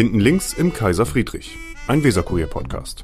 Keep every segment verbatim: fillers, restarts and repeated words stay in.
Hinten links im Kaiser Friedrich, ein Weserkurier-Podcast.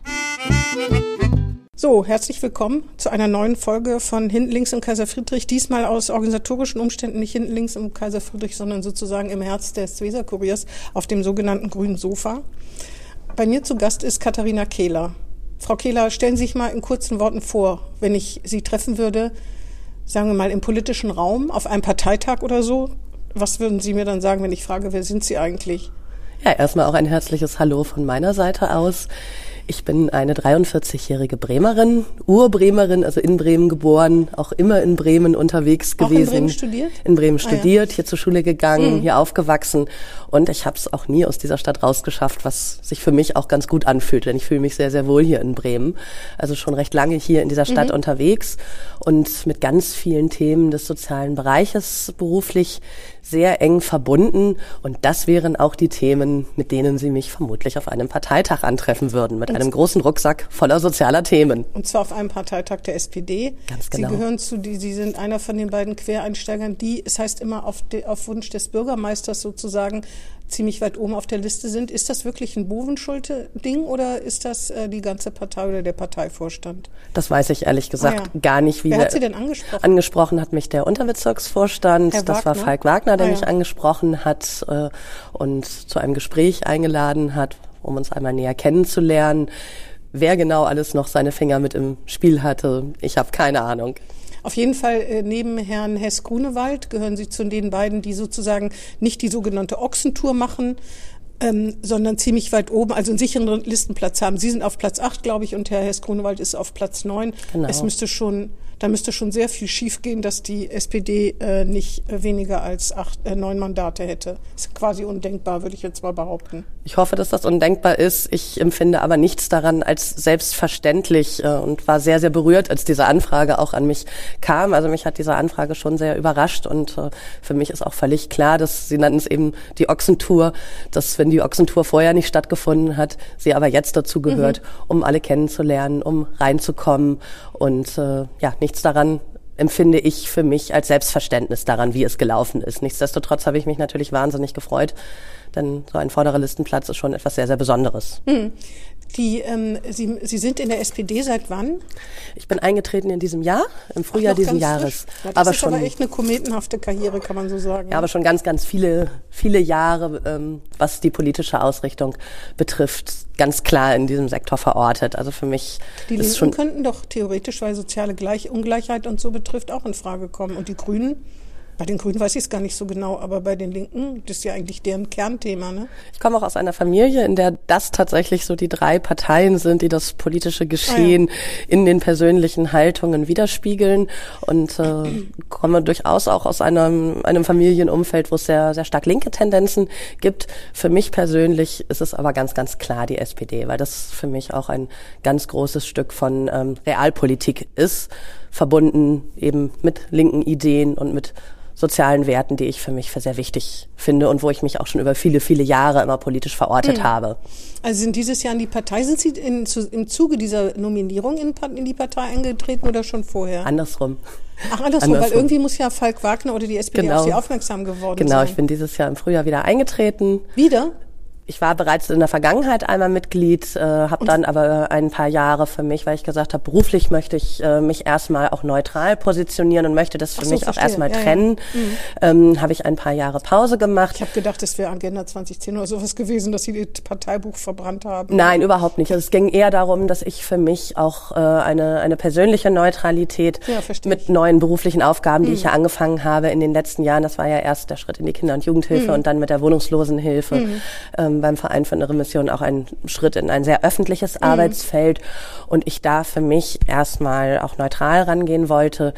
So, herzlich willkommen zu einer neuen Folge von Hinten links im Kaiser Friedrich. Diesmal aus organisatorischen Umständen nicht hinten links im Kaiser Friedrich, sondern sozusagen im Herz des Weserkuriers auf dem sogenannten grünen Sofa. Bei mir zu Gast ist Katharina Kehler. Frau Kehler, stellen Sie sich mal in kurzen Worten vor, wenn ich Sie treffen würde, sagen wir mal im politischen Raum, auf einem Parteitag oder so. Was würden Sie mir dann sagen, wenn ich frage, wer sind Sie eigentlich? Ja, erstmal auch ein herzliches Hallo von meiner Seite aus. Ich bin eine dreiundvierzigjährige Bremerin, Urbremerin, also in Bremen geboren, auch immer in Bremen unterwegs gewesen. Auch in Bremen studiert? In Bremen ah, studiert, ja. hier zur Schule gegangen, mhm. hier aufgewachsen und ich habe es auch nie aus dieser Stadt rausgeschafft, was sich für mich auch ganz gut anfühlt, denn ich fühle mich sehr, sehr wohl hier in Bremen. Also schon recht lange hier in dieser Stadt mhm. unterwegs und mit ganz vielen Themen des sozialen Bereiches beruflich sehr eng verbunden und das wären auch die Themen, mit denen Sie mich vermutlich auf einem Parteitag antreffen würden, mit und einem großen Rucksack voller sozialer Themen. Und zwar auf einem Parteitag der S P D. Ganz genau. Sie gehören zu, die, Sie sind einer von den beiden Quereinsteigern, die, es heißt immer auf, de, auf Wunsch des Bürgermeisters sozusagen, ziemlich weit oben auf der Liste sind. Ist das wirklich ein Bovenschulte-Ding oder ist das äh, die ganze Partei oder der Parteivorstand? Das weiß ich ehrlich gesagt ah, ja. gar nicht. Wie Wer hat Sie denn angesprochen? Angesprochen hat mich der Unterbezirksvorstand. Herr das Wagner? war Falk Wagner, der ah, mich ja. angesprochen hat äh, und zu einem Gespräch eingeladen hat, um uns einmal näher kennenzulernen. Wer genau alles noch seine Finger mit im Spiel hatte, ich habe keine Ahnung. Auf jeden Fall äh, neben Herrn Hess-Grunewald gehören Sie zu den beiden, die sozusagen nicht die sogenannte Ochsentour machen, ähm, sondern ziemlich weit oben, also einen sicheren Listenplatz haben. Sie sind auf Platz acht, glaube ich, und Herr Hess-Grunewald ist auf Platz neun. Genau. Es müsste schon, da müsste schon sehr viel schiefgehen, dass die S P D äh, nicht weniger als acht, äh, neun Mandate hätte. Ist quasi undenkbar, würde ich jetzt mal behaupten. Ich hoffe, dass das undenkbar ist. Ich empfinde aber nichts daran als selbstverständlich äh, und war sehr, sehr berührt, als diese Anfrage auch an mich kam. Also mich hat diese Anfrage schon sehr überrascht und äh, für mich ist auch völlig klar, dass Sie nannten es eben die Ochsentour, dass wenn die Ochsentour vorher nicht stattgefunden hat, sie aber jetzt dazu gehört, mhm. um alle kennenzulernen, um reinzukommen und äh, ja, nichts daran empfinde ich für mich als Selbstverständnis daran, wie es gelaufen ist. Nichtsdestotrotz habe ich mich natürlich wahnsinnig gefreut, denn so ein vorderer Listenplatz ist schon etwas sehr, sehr Besonderes. Hm. Die, ähm, Sie, Sie sind in der S P D seit wann? Ich bin eingetreten in diesem Jahr, im Frühjahr Ach, diesen Jahres. Ja, das aber ist schon, aber echt eine kometenhafte Karriere, kann man so sagen. Ja, aber schon ganz, ganz viele, viele Jahre, ähm, was die politische Ausrichtung betrifft, ganz klar in diesem Sektor verortet. Also für mich die ist Linken schon könnten doch theoretisch, weil soziale Gleich- Ungleichheit und so betrifft, auch in Frage kommen. Und die Grünen? Bei den Grünen weiß ich es gar nicht so genau, aber bei den Linken, das ist ja eigentlich deren Kernthema, ne? Ich komme auch aus einer Familie, in der das tatsächlich so die drei Parteien sind, die das politische Geschehen ah, ja. in den persönlichen Haltungen widerspiegeln und äh, komme durchaus auch aus einem, einem Familienumfeld, wo es sehr, sehr stark linke Tendenzen gibt. Für mich persönlich ist es aber ganz, ganz klar die S P D, weil das für mich auch ein ganz großes Stück von ähm, Realpolitik ist, verbunden eben mit linken Ideen und mit sozialen Werten, die ich für mich für sehr wichtig finde und wo ich mich auch schon über viele, viele Jahre immer politisch verortet mhm. habe. Also sind dieses Jahr in die Partei, sind Sie in, zu, im Zuge dieser Nominierung in, in die Partei eingetreten oder schon vorher? Andersrum. Ach, andersrum, andersrum. weil irgendwie muss ja Falk Wagner oder die S P D genau. auf Sie aufmerksam geworden genau, sein. Genau, ich bin dieses Jahr im Frühjahr wieder eingetreten. Wieder? Ich war bereits in der Vergangenheit einmal Mitglied, äh, habe dann aber ein paar Jahre für mich, weil ich gesagt habe, beruflich möchte ich äh, mich erstmal auch neutral positionieren und möchte das für so, mich verstehe. auch erstmal ja, trennen. Ja. Mhm. Ähm, habe ich ein paar Jahre Pause gemacht. Ich habe gedacht, es wäre Agenda zwanzig zehn oder sowas gewesen, dass Sie das Parteibuch verbrannt haben. Nein, überhaupt nicht. Also es ging eher darum, dass ich für mich auch äh, eine eine persönliche Neutralität ja, mit ich. neuen beruflichen Aufgaben, die mhm. ich ja angefangen habe in den letzten Jahren. Das war ja erst der Schritt in die Kinder- und Jugendhilfe mhm. und dann mit der Wohnungslosenhilfe. Mhm. Ähm, beim Verein für innere Mission auch ein Schritt in ein sehr öffentliches mhm. Arbeitsfeld und ich da für mich erstmal auch neutral rangehen wollte.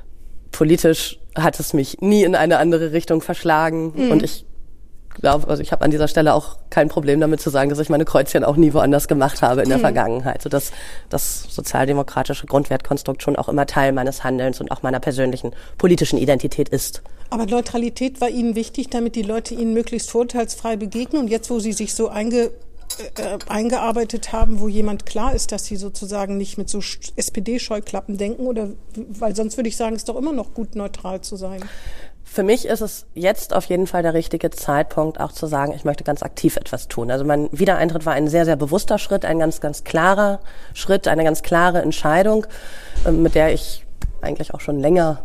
Politisch hat es mich nie in eine andere Richtung verschlagen mhm. und ich glaube, also ich habe an dieser Stelle auch kein Problem damit zu sagen, dass ich meine Kreuzchen auch nie woanders gemacht habe in der mhm. Vergangenheit, sodass das sozialdemokratische Grundwertkonstrukt schon auch immer Teil meines Handelns und auch meiner persönlichen politischen Identität ist. Aber Neutralität war Ihnen wichtig, damit die Leute Ihnen möglichst vorurteilsfrei begegnen. Und jetzt, wo Sie sich so einge, äh, eingearbeitet haben, wo jemand klar ist, dass Sie sozusagen nicht mit so S P D-Scheuklappen denken, oder weil sonst würde ich sagen, es ist doch immer noch gut, neutral zu sein. Für mich ist es jetzt auf jeden Fall der richtige Zeitpunkt, auch zu sagen, ich möchte ganz aktiv etwas tun. Also mein Wiedereintritt war ein sehr, sehr bewusster Schritt, ein ganz, ganz klarer Schritt, eine ganz klare Entscheidung, mit der ich eigentlich auch schon länger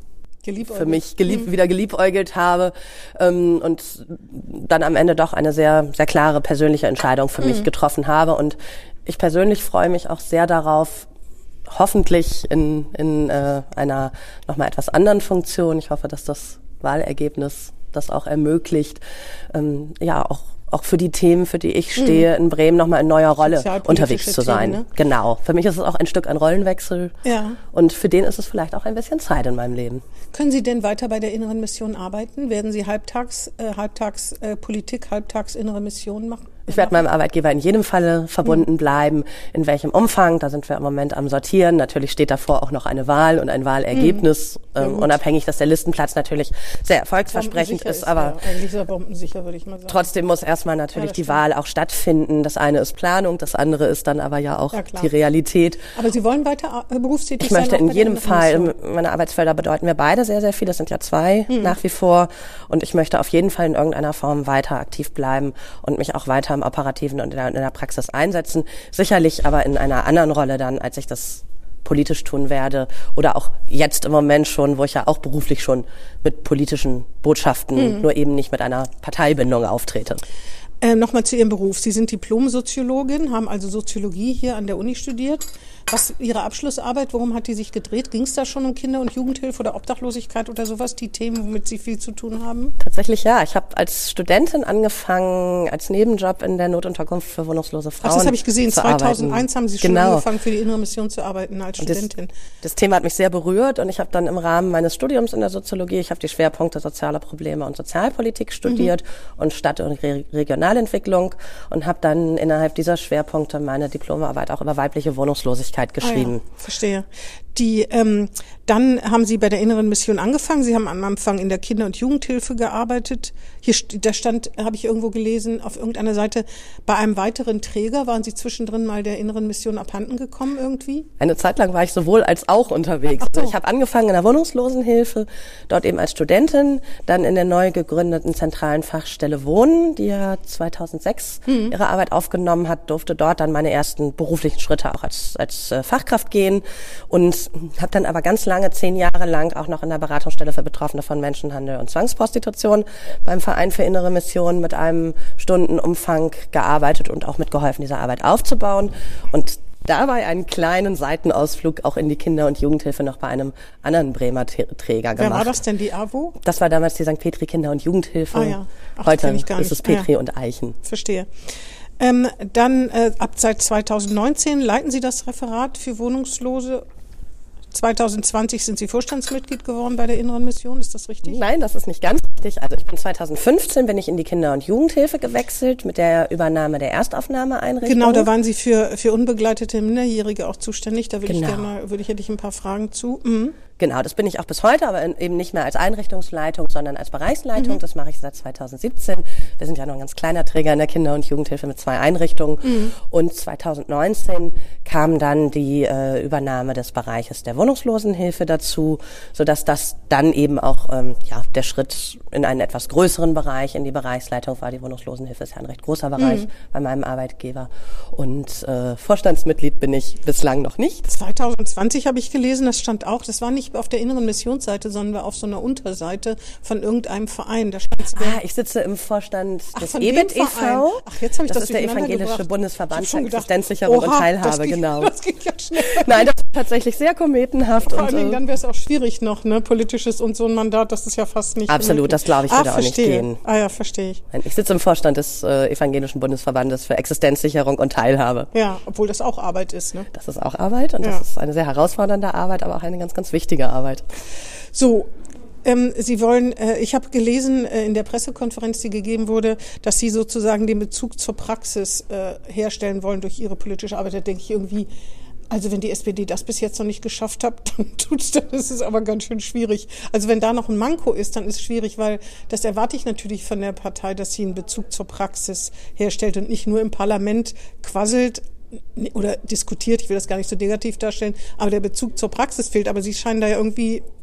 für mich gelieb, mhm. wieder geliebäugelt habe ähm, und dann am Ende doch eine sehr, sehr klare persönliche Entscheidung für mhm. mich getroffen habe. Und ich persönlich freue mich auch sehr darauf, hoffentlich in, in äh, einer nochmal etwas anderen Funktion. Ich hoffe, dass das Wahlergebnis das auch ermöglicht, ähm, ja auch auch für die Themen, für die ich stehe, in Bremen nochmal in neuer Rolle unterwegs zu sein. Themen, ne? Genau. Für mich ist es auch ein Stück ein Rollenwechsel. Ja. Und für den ist es vielleicht auch ein bisschen Zeit in meinem Leben. Können Sie denn weiter bei der Inneren Mission arbeiten? Werden Sie halbtags, äh, halbtags äh, Politik, halbtags Innere Mission machen? Ich werde meinem Arbeitgeber in jedem Falle verbunden bleiben. In welchem Umfang, da sind wir im Moment am Sortieren. Natürlich steht davor auch noch eine Wahl und ein Wahlergebnis, mhm. ähm, unabhängig, dass der Listenplatz natürlich sehr erfolgsversprechend ist. ist aber ja, eigentlich sehr bombensicher, würde ich mal sagen. Trotzdem muss erstmal natürlich ja, die stimmt. Wahl auch stattfinden. Das eine ist Planung, das andere ist dann aber ja auch ja, die Realität. Aber Sie wollen weiter berufstätig ich sein? Ich möchte in jedem Fall, Mission. Meine Arbeitsfelder bedeuten wir beide sehr, sehr viel. Das sind ja zwei mhm. nach wie vor. Und ich möchte auf jeden Fall in irgendeiner Form weiter aktiv bleiben und mich auch weiter im Operativen und in der Praxis einsetzen. Sicherlich aber in einer anderen Rolle dann, als ich das politisch tun werde oder auch jetzt im Moment schon, wo ich ja auch beruflich schon mit politischen Botschaften, mhm. nur eben nicht mit einer Parteibindung auftrete. Äh, Nochmal zu Ihrem Beruf. Sie sind Diplom-Soziologin, haben also Soziologie hier an der Uni studiert. Was Ihre Abschlussarbeit, worum hat die sich gedreht? Ging es da schon um Kinder- und Jugendhilfe oder Obdachlosigkeit oder sowas, die Themen, womit Sie viel zu tun haben? Tatsächlich ja. Ich habe als Studentin angefangen, als Nebenjob in der Notunterkunft für wohnungslose Frauen. Ach, das habe ich gesehen. zweitausendeins haben Sie schon genau. angefangen, für die Innere Mission zu arbeiten als Studentin. Das, das Thema hat mich sehr berührt und ich habe dann im Rahmen meines Studiums in der Soziologie, ich habe die Schwerpunkte soziale Probleme und Sozialpolitik studiert mhm. und Stadt- und Re- Regionalentwicklung und habe dann innerhalb dieser Schwerpunkte meine Diplomarbeit auch über weibliche Wohnungslosigkeit geschrieben. Ah ja, verstehe. Die, ähm, dann haben Sie bei der Inneren Mission angefangen. Sie haben am Anfang in der Kinder- und Jugendhilfe gearbeitet. Hier, da stand, habe ich irgendwo gelesen, auf irgendeiner Seite, bei einem weiteren Träger waren Sie zwischendrin mal der Inneren Mission abhanden gekommen irgendwie? Eine Zeit lang war ich sowohl als auch unterwegs. So. Also ich habe angefangen in der Wohnungslosenhilfe, dort eben als Studentin, dann in der neu gegründeten zentralen Fachstelle Wohnen, die ja zweitausendsechs mhm. ihre Arbeit aufgenommen hat, durfte dort dann meine ersten beruflichen Schritte auch als, als äh, Fachkraft gehen und habe dann aber ganz lange, zehn Jahre lang auch noch in der Beratungsstelle für Betroffene von Menschenhandel und Zwangsprostitution beim Verein für Innere Mission mit einem Stundenumfang gearbeitet und auch mitgeholfen, diese Arbeit aufzubauen. Und dabei einen kleinen Seitenausflug auch in die Kinder- und Jugendhilfe noch bei einem anderen Bremer Träger gemacht. Wer war das denn, die A W O? Das war damals die Sankt Petri Kinder- und Jugendhilfe. Ah, ja. Ach, heute ist es Petri ah, ja. und Eichen. Verstehe. Ähm, dann äh, ab seit zweitausendneunzehn leiten Sie das Referat für Wohnungslose. zweitausendzwanzig sind Sie Vorstandsmitglied geworden bei der Inneren Mission, ist das richtig? Nein, das ist nicht ganz richtig. Also ich bin zweitausendfünfzehn bin ich in die Kinder- und Jugendhilfe gewechselt mit der Übernahme der Erstaufnahmeeinrichtung. Genau, da waren Sie für für unbegleitete Minderjährige auch zuständig. Da würde genau. ich gerne, würde ich hätte ich ein paar Fragen zu. Mhm. Genau, das bin ich auch bis heute, aber eben nicht mehr als Einrichtungsleitung, sondern als Bereichsleitung. Mhm. Das mache ich seit zweitausendsiebzehn. Wir sind ja noch ein ganz kleiner Träger in der Kinder- und Jugendhilfe mit zwei Einrichtungen. Mhm. Und zweitausendneunzehn kam dann die äh, Übernahme des Bereiches der Wohnungslosenhilfe dazu, sodass das dann eben auch ähm, ja der Schritt in einen etwas größeren Bereich, in die Bereichsleitung war. Die Wohnungslosenhilfe ist ja ein recht großer Bereich mhm. bei meinem Arbeitgeber. Und äh, Vorstandsmitglied bin ich bislang noch nicht. zweitausendzwanzig habe ich gelesen, das stand auch, das war nicht auf der Inneren Missionsseite, sondern auf so einer Unterseite von irgendeinem Verein. Da stand ah, ich sitze im Vorstand des E B I T e V. Ach, jetzt habe ich das, das ist der Evangelische gebracht. Bundesverband für gedacht, Existenzsicherung oha, und Teilhabe, das geht, genau. Das geht ja schnell. Nein, das ist tatsächlich sehr kometenhaft. Vor und allen Dingen, dann wäre es auch schwierig noch, ne, politisches und so ein Mandat, das ist ja fast nicht absolut, möglich. Das glaube ich, würde ah, auch nicht gehen. Ah ja, verstehe ich. Ich sitze im Vorstand des äh, Evangelischen Bundesverbandes für Existenzsicherung und Teilhabe. Ja, obwohl das auch Arbeit ist, ne? Das ist auch Arbeit und ja. das ist eine sehr herausfordernde Arbeit, aber auch eine ganz, ganz wichtige Arbeit. So, ähm, Sie wollen, äh, ich habe gelesen äh, in der Pressekonferenz, die gegeben wurde, dass Sie sozusagen den Bezug zur Praxis äh, herstellen wollen durch Ihre politische Arbeit. Da denke ich irgendwie, also wenn die S P D das bis jetzt noch nicht geschafft hat, dann tut's, dann ist es aber ganz schön schwierig. Also wenn da noch ein Manko ist, dann ist es schwierig, weil das erwarte ich natürlich von der Partei, dass sie einen Bezug zur Praxis herstellt und nicht nur im Parlament quasselt oder diskutiert, ich will das gar nicht so negativ darstellen, aber der Bezug zur Praxis fehlt. Aber Sie scheinen da ja irgendwie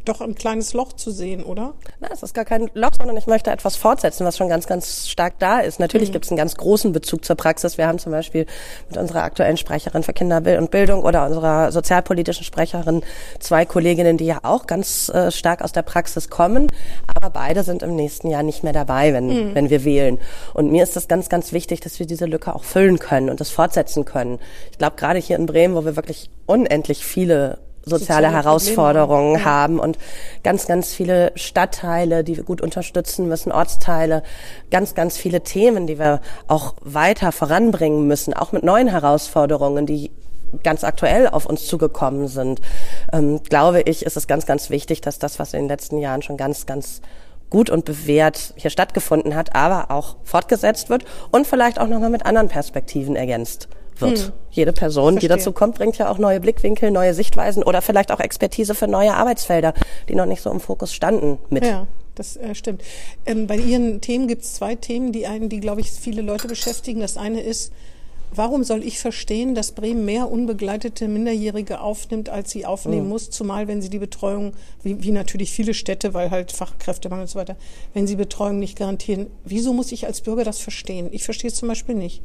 doch ein kleines Loch zu sehen, oder? Na, es ist gar kein Loch, sondern ich möchte etwas fortsetzen, was schon ganz, ganz stark da ist. Natürlich mhm. gibt es einen ganz großen Bezug zur Praxis. Wir haben zum Beispiel mit unserer aktuellen Sprecherin für Kinder und Bildung oder unserer sozialpolitischen Sprecherin zwei Kolleginnen, die ja auch ganz äh, stark aus der Praxis kommen. Aber beide sind im nächsten Jahr nicht mehr dabei, wenn, mhm. wenn wir wählen. Und mir ist das ganz, ganz wichtig, dass wir diese Lücke auch füllen können und das fortsetzen können. Ich glaube, gerade hier in Bremen, wo wir wirklich unendlich viele soziale, soziale Herausforderungen haben. haben und ganz, ganz viele Stadtteile, die wir gut unterstützen müssen, Ortsteile, ganz, ganz viele Themen, die wir auch weiter voranbringen müssen, auch mit neuen Herausforderungen, die ganz aktuell auf uns zugekommen sind, ähm, glaube ich, ist es ganz, ganz wichtig, dass das, was in den letzten Jahren schon ganz, ganz gut und bewährt hier stattgefunden hat, aber auch fortgesetzt wird und vielleicht auch nochmal mit anderen Perspektiven ergänzt wird. Hm. Jede Person, die dazu kommt, bringt ja auch neue Blickwinkel, neue Sichtweisen oder vielleicht auch Expertise für neue Arbeitsfelder, die noch nicht so im Fokus standen, mit. Ja, das äh, stimmt. Ähm, bei Ihren Themen gibt es zwei Themen, die einen, die, glaube ich, viele Leute beschäftigen. Das eine ist, warum soll ich verstehen, dass Bremen mehr unbegleitete Minderjährige aufnimmt, als sie aufnehmen mhm. muss, zumal wenn sie die Betreuung, wie, wie natürlich viele Städte, weil halt Fachkräftemangel und so weiter, wenn sie Betreuung nicht garantieren. Wieso muss ich als Bürger das verstehen? Ich verstehe es zum Beispiel nicht.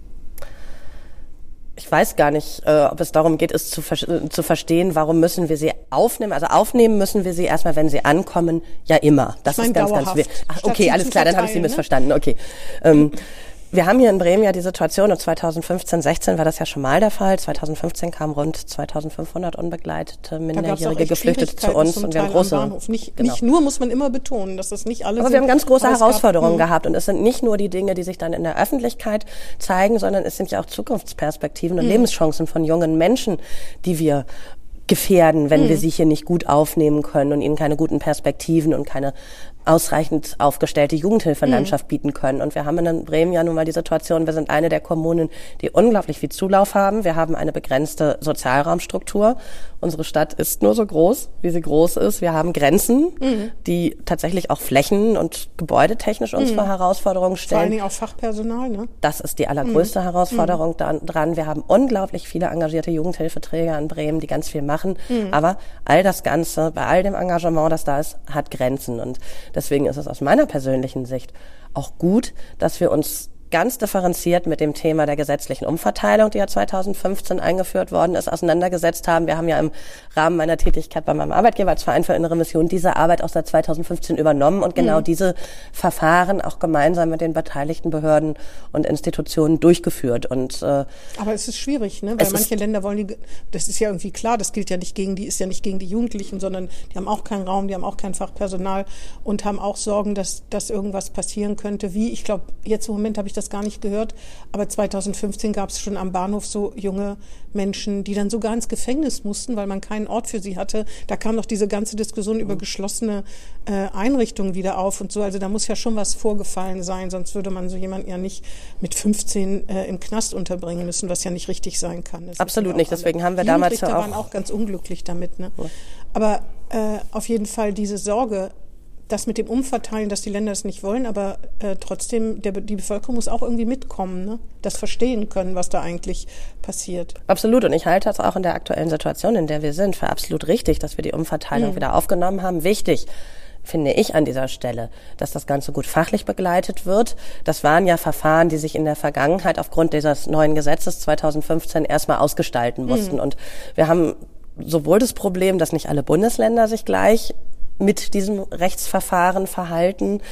Ich weiß gar nicht, äh, ob es darum geht, es zu, ver- zu verstehen, warum müssen wir sie aufnehmen. Also aufnehmen müssen wir sie erstmal, wenn sie ankommen, ja immer. Das ich mein, ist ganz, dauerhaft. ganz wichtig. Okay, alles klar, dann habe ich Sie ne? missverstanden. Okay. Ähm, Wir haben hier in Bremen ja die Situation, und zweitausendfünfzehn, sechzehn war das ja schon mal der Fall. zweitausendfünfzehn kamen rund zweitausendfünfhundert unbegleitete Minderjährige Geflüchtete zu uns. Und wir haben große, nicht, genau. nicht nur, muss man immer betonen, dass das nicht alle Aber sind, wir haben ganz große Herausforderungen gab, gehabt. Und es sind nicht nur die Dinge, die sich dann in der Öffentlichkeit zeigen, sondern es sind ja auch Zukunftsperspektiven und mhm. Lebenschancen von jungen Menschen, die wir gefährden, wenn mhm. wir sie hier nicht gut aufnehmen können und ihnen keine guten Perspektiven und keine ausreichend aufgestellte Jugendhilfelandschaft mhm. bieten können. Und wir haben in Bremen ja nun mal die Situation, wir sind eine der Kommunen, die unglaublich viel Zulauf haben. Wir haben eine begrenzte Sozialraumstruktur. Unsere Stadt ist nur so groß, wie sie groß ist. Wir haben Grenzen, mhm. die tatsächlich auch flächen- und gebäudetechnisch uns mhm. vor Herausforderungen stellen. Vor allen Dingen auch Fachpersonal, ne? Das ist die allergrößte mhm. Herausforderung mhm. dran. Wir haben unglaublich viele engagierte Jugendhilfeträger in Bremen, die ganz viel machen. Mhm. Aber all das Ganze, bei all dem Engagement, das da ist, hat Grenzen. Und deswegen ist es aus meiner persönlichen Sicht auch gut, dass wir uns ganz differenziert mit dem Thema der gesetzlichen Umverteilung, die ja zweitausendfünfzehn eingeführt worden ist, auseinandergesetzt haben. Wir haben ja im Rahmen meiner Tätigkeit bei meinem Arbeitgeber als Verein für Innere Mission diese Arbeit auch seit zweitausendfünfzehn übernommen und genau mhm. diese Verfahren auch gemeinsam mit den beteiligten Behörden und Institutionen durchgeführt. Und äh, aber es ist schwierig, ne? Weil manche Länder wollen die, das ist ja irgendwie klar, das gilt ja nicht gegen die, ist ja nicht gegen die Jugendlichen, sondern die haben auch keinen Raum, die haben auch kein Fachpersonal und haben auch Sorgen, dass, dass irgendwas passieren könnte. Wie, ich glaube, jetzt im Moment habe ich das gar nicht gehört, aber zweitausendfünfzehn gab es schon am Bahnhof so junge Menschen, die dann sogar ins Gefängnis mussten, weil man keinen Ort für sie hatte. Da kam doch diese ganze Diskussion über geschlossene äh, Einrichtungen wieder auf und so. Also da muss ja schon was vorgefallen sein, sonst würde man so jemanden ja nicht mit fünfzehn äh, im Knast unterbringen müssen, was ja nicht richtig sein kann. Das Absolut nicht, deswegen haben wir damals ja auch... waren auch ganz unglücklich damit. Ne? Ja. Aber äh, auf jeden Fall diese Sorge, das mit dem Umverteilen, dass die Länder es nicht wollen, aber äh, trotzdem, der, die Bevölkerung muss auch irgendwie mitkommen, ne? Das verstehen können, was da eigentlich passiert. Absolut, und ich halte das auch in der aktuellen Situation, in der wir sind, für absolut richtig, dass wir die Umverteilung mhm. wieder aufgenommen haben. Wichtig finde ich an dieser Stelle, dass das Ganze gut fachlich begleitet wird. Das waren ja Verfahren, die sich in der Vergangenheit aufgrund dieses neuen Gesetzes zweitausendfünfzehn erstmal ausgestalten mussten. Mhm. Und wir haben sowohl das Problem, dass nicht alle Bundesländer sich gleich mit diesem Rechtsverfahren verhalten,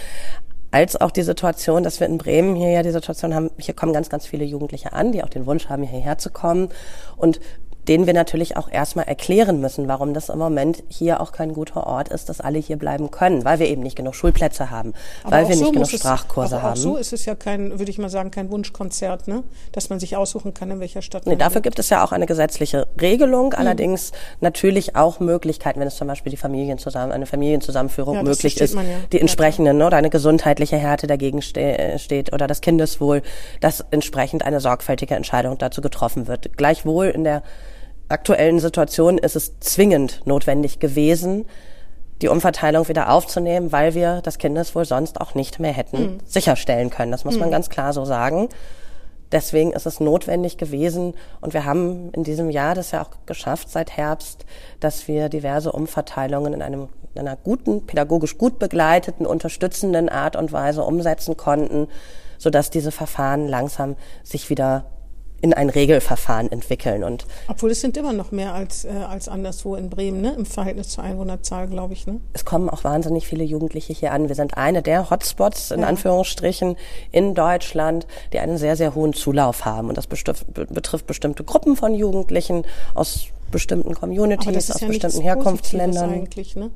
als auch die Situation, dass wir in Bremen hier ja die Situation haben, hier kommen ganz, ganz viele Jugendliche an, die auch den Wunsch haben, hierher zu kommen und denen wir natürlich auch erstmal erklären müssen, warum das im Moment hier auch kein guter Ort ist, dass alle hier bleiben können, weil wir eben nicht genug Schulplätze haben, aber weil wir so nicht genug es, Sprachkurse aber haben. Auch so ist es ja kein, würde ich mal sagen, kein Wunschkonzert, ne? Dass man sich aussuchen kann, in welcher Stadt man Nee, dafür gibt es ja auch eine gesetzliche Regelung, allerdings mhm. natürlich auch Möglichkeiten, wenn es zum Beispiel die Familien zusammen, eine Familienzusammenführung ja, möglich ist, ja. die entsprechenden, oder eine gesundheitliche Härte dagegen ste- steht oder das Kindeswohl, dass entsprechend eine sorgfältige Entscheidung dazu getroffen wird. Gleichwohl in der aktuellen Situation ist es zwingend notwendig gewesen, die Umverteilung wieder aufzunehmen, weil wir das Kindeswohl sonst auch nicht mehr hätten mhm. sicherstellen können. Das muss mhm. man ganz klar so sagen. Deswegen ist es notwendig gewesen und wir haben in diesem Jahr das ja auch geschafft seit Herbst, dass wir diverse Umverteilungen in einem in einer guten, pädagogisch gut begleiteten, unterstützenden Art und Weise umsetzen konnten, sodass diese Verfahren langsam sich wieder in ein Regelverfahren entwickeln. Und obwohl es sind immer noch mehr als äh, als anderswo in Bremen, ne? Im Verhältnis zur Einwohnerzahl, glaube ich. Ne? Es kommen auch wahnsinnig viele Jugendliche hier an. Wir sind eine der Hotspots, in ja. Anführungsstrichen, in Deutschland, die einen sehr, sehr hohen Zulauf haben. Und das bestif- betrifft bestimmte Gruppen von Jugendlichen aus bestimmten Communities, aus ja bestimmten Herkunftsländern. Eigentlich, ne?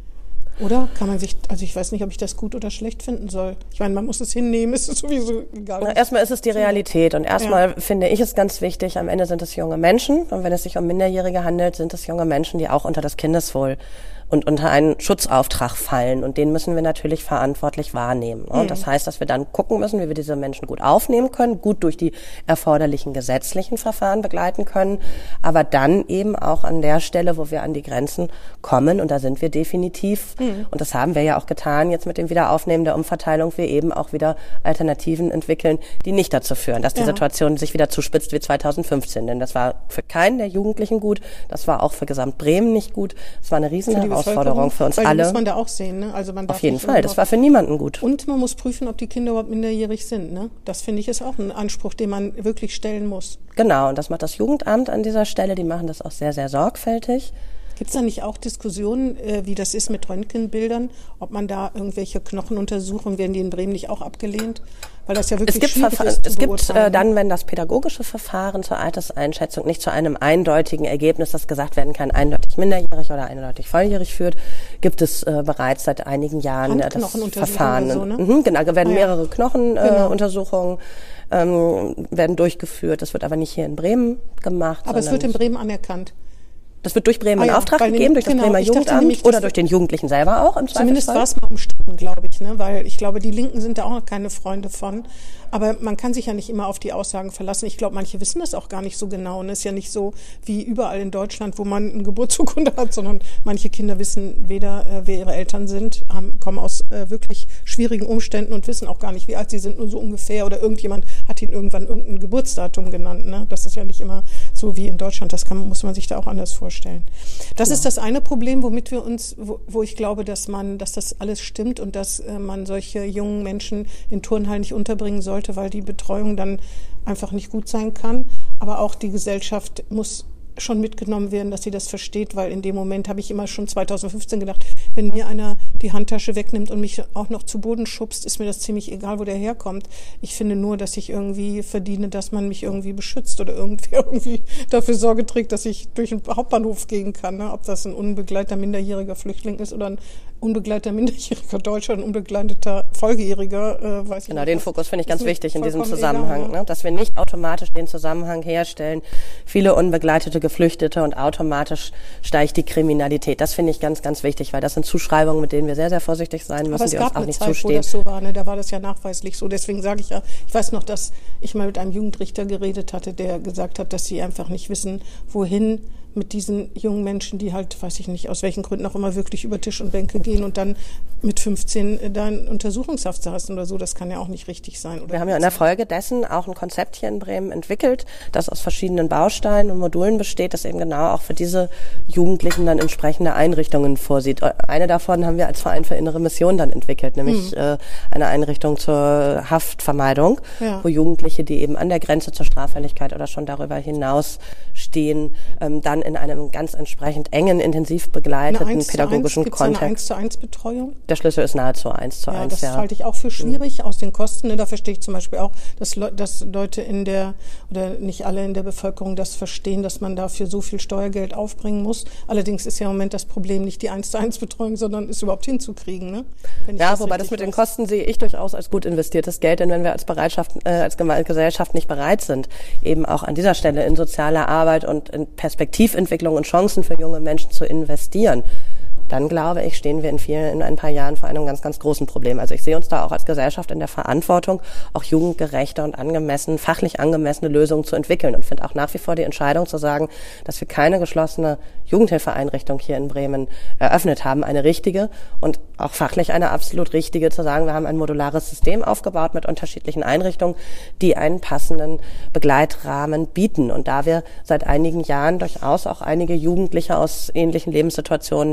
Oder kann man sich, also ich weiß nicht, ob ich das gut oder schlecht finden soll. Ich meine, man muss es hinnehmen, ist es sowieso egal. Na, erstmal ist es die Realität und erstmal ja. finde ich es ganz wichtig, am Ende sind es junge Menschen und wenn es sich um Minderjährige handelt, sind es junge Menschen, die auch unter das Kindeswohl und unter einen Schutzauftrag fallen und den müssen wir natürlich verantwortlich wahrnehmen. Und mhm. das heißt, dass wir dann gucken müssen, wie wir diese Menschen gut aufnehmen können, gut durch die erforderlichen gesetzlichen Verfahren begleiten können, aber dann eben auch an der Stelle, wo wir an die Grenzen kommen und da sind wir definitiv mhm. und das haben wir ja auch getan, jetzt mit dem Wiederaufnehmen der Umverteilung, wir eben auch wieder Alternativen entwickeln, die nicht dazu führen, dass die ja. Situation sich wieder zuspitzt wie zweitausendfünfzehn, denn das war für keinen der Jugendlichen gut, das war auch für Gesamt Bremen nicht gut, es war eine riesen Herausforderung für uns weil alle. Das muss man da auch sehen, ne? Also man darf auf jeden Fall, das war für niemanden gut. Und man muss prüfen, ob die Kinder überhaupt minderjährig sind, ne? Das finde ich ist auch ein Anspruch, den man wirklich stellen muss. Genau, und das macht das Jugendamt an dieser Stelle, die machen das auch sehr, sehr sorgfältig. Gibt es da nicht auch Diskussionen, äh, wie das ist mit Röntgenbildern, ob man da irgendwelche Knochenuntersuchungen, werden die in Bremen nicht auch abgelehnt? Weil das ja wirklich es gibt schwierig Verfa- ist Es gibt äh, dann, wenn das pädagogische Verfahren zur Alterseinschätzung nicht zu einem eindeutigen Ergebnis, das gesagt werden kann, eindeutig minderjährig oder eindeutig volljährig führt, gibt es äh, bereits seit einigen Jahren äh, das Verfahren. So, ne? mhm, genau, werden ah, ja. mehrere Knochenuntersuchungen äh, ähm, werden durchgeführt. Das wird aber nicht hier in Bremen gemacht. Aber es wird in Bremen anerkannt. Das wird durch Bremen ah, in ja, Auftrag den, gegeben, durch das genau, Bremer Jugendamt nämlich, oder durch den Jugendlichen selber auch im Zumindest Zweifelsfall. war es mal umstritten, glaube ich, ne? Weil ich glaube, die Linken sind da auch noch keine Freunde von. Aber man kann sich ja nicht immer auf die Aussagen verlassen. Ich glaube, manche wissen das auch gar nicht so genau. Und es ist ja nicht so wie überall in Deutschland, wo man eine Geburtsurkunde hat, sondern manche Kinder wissen weder, äh, wer ihre Eltern sind, haben, kommen aus äh, wirklich schwierigen Umständen und wissen auch gar nicht, wie alt sie sind, nur so ungefähr. Oder irgendjemand hat ihnen irgendwann irgendein Geburtsdatum genannt. Ne? Das ist ja nicht immer so wie in Deutschland. Das kann, muss man sich da auch anders vorstellen. Das genau. ist das eine Problem, womit wir uns, wo, wo ich glaube, dass man, dass das alles stimmt und dass äh, man solche jungen Menschen in Turnhallen nicht unterbringen sollte, weil die Betreuung dann einfach nicht gut sein kann. Aber auch die Gesellschaft muss schon mitgenommen werden, dass sie das versteht, weil in dem Moment habe ich immer schon zweitausendfünfzehn gedacht, wenn mir einer die Handtasche wegnimmt und mich auch noch zu Boden schubst, ist mir das ziemlich egal, wo der herkommt. Ich finde nur, dass ich irgendwie verdiene, dass man mich irgendwie beschützt oder irgendwie irgendwie dafür Sorge trägt, dass ich durch den Hauptbahnhof gehen kann, ne? Ob das ein unbegleiteter minderjähriger Flüchtling ist oder ein unbegleiteter minderjähriger Deutscher, ein unbegleiteter Volljähriger, äh, weiß ich Genau, nicht, den Fokus finde ich ganz wichtig in diesem vollkommen Zusammenhang, egal, ne? Dass wir nicht automatisch den Zusammenhang herstellen, viele unbegleitete Geflüchtete und automatisch steigt die Kriminalität. Das finde ich ganz, ganz wichtig, weil das sind Zuschreibungen, mit denen wir sehr, sehr vorsichtig sein müssen, die uns auch nicht zustehen. Aber es gab eine Zeit, wo das so war, ne? Da war das ja nachweislich so. Deswegen sage ich ja, ich weiß noch, dass ich mal mit einem Jugendrichter geredet hatte, der gesagt hat, dass sie einfach nicht wissen, wohin mit diesen jungen Menschen, die halt, weiß ich nicht, aus welchen Gründen auch immer wirklich über Tisch und Bänke gehen und dann mit fünfzehn dann Untersuchungshaft saßen oder so. Das kann ja auch nicht richtig sein. Oder wir haben ja in der Folge dessen auch ein Konzept hier in Bremen entwickelt, das aus verschiedenen Bausteinen und Modulen besteht, das eben genau auch für diese Jugendlichen dann entsprechende Einrichtungen vorsieht. Eine davon haben wir als Verein für innere Mission dann entwickelt, nämlich hm. äh, eine Einrichtung zur Haftvermeidung, ja. wo Jugendliche, die eben an der Grenze zur Straffälligkeit oder schon darüber hinaus stehen, ähm, dann in einem ganz entsprechend engen, intensiv begleiteten pädagogischen Kontext. Eine eins zu eins Betreuung? Der Schlüssel ist nahezu eins zu eins, ja. Das halte ich auch für schwierig aus den Kosten. Ne? Da verstehe ich zum Beispiel auch, dass, Le- dass Leute in der, oder nicht alle in der Bevölkerung das verstehen, dass man dafür so viel Steuergeld aufbringen muss. Allerdings ist ja im Moment das Problem nicht die eins zu eins Betreuung, sondern es überhaupt hinzukriegen. Ne? Ja, das wobei das mit weiß. den Kosten sehe ich durchaus als gut investiertes Geld, denn wenn wir als Bereitschaft, äh, als Gesellschaft nicht bereit sind, eben auch an dieser Stelle in soziale Arbeit und in Perspektiventwicklung und Chancen für junge Menschen zu investieren, dann glaube ich, stehen wir in vielen, in ein paar Jahren vor einem ganz, ganz großen Problem. Also ich sehe uns da auch als Gesellschaft in der Verantwortung, auch jugendgerechte und angemessen, fachlich angemessene Lösungen zu entwickeln und finde auch nach wie vor die Entscheidung zu sagen, dass wir keine geschlossene Jugendhilfeeinrichtung hier in Bremen eröffnet haben, eine richtige und auch fachlich eine absolut richtige, zu sagen, wir haben ein modulares System aufgebaut mit unterschiedlichen Einrichtungen, die einen passenden Begleitrahmen bieten. Und da wir seit einigen Jahren durchaus auch einige Jugendliche aus ähnlichen Lebenssituationen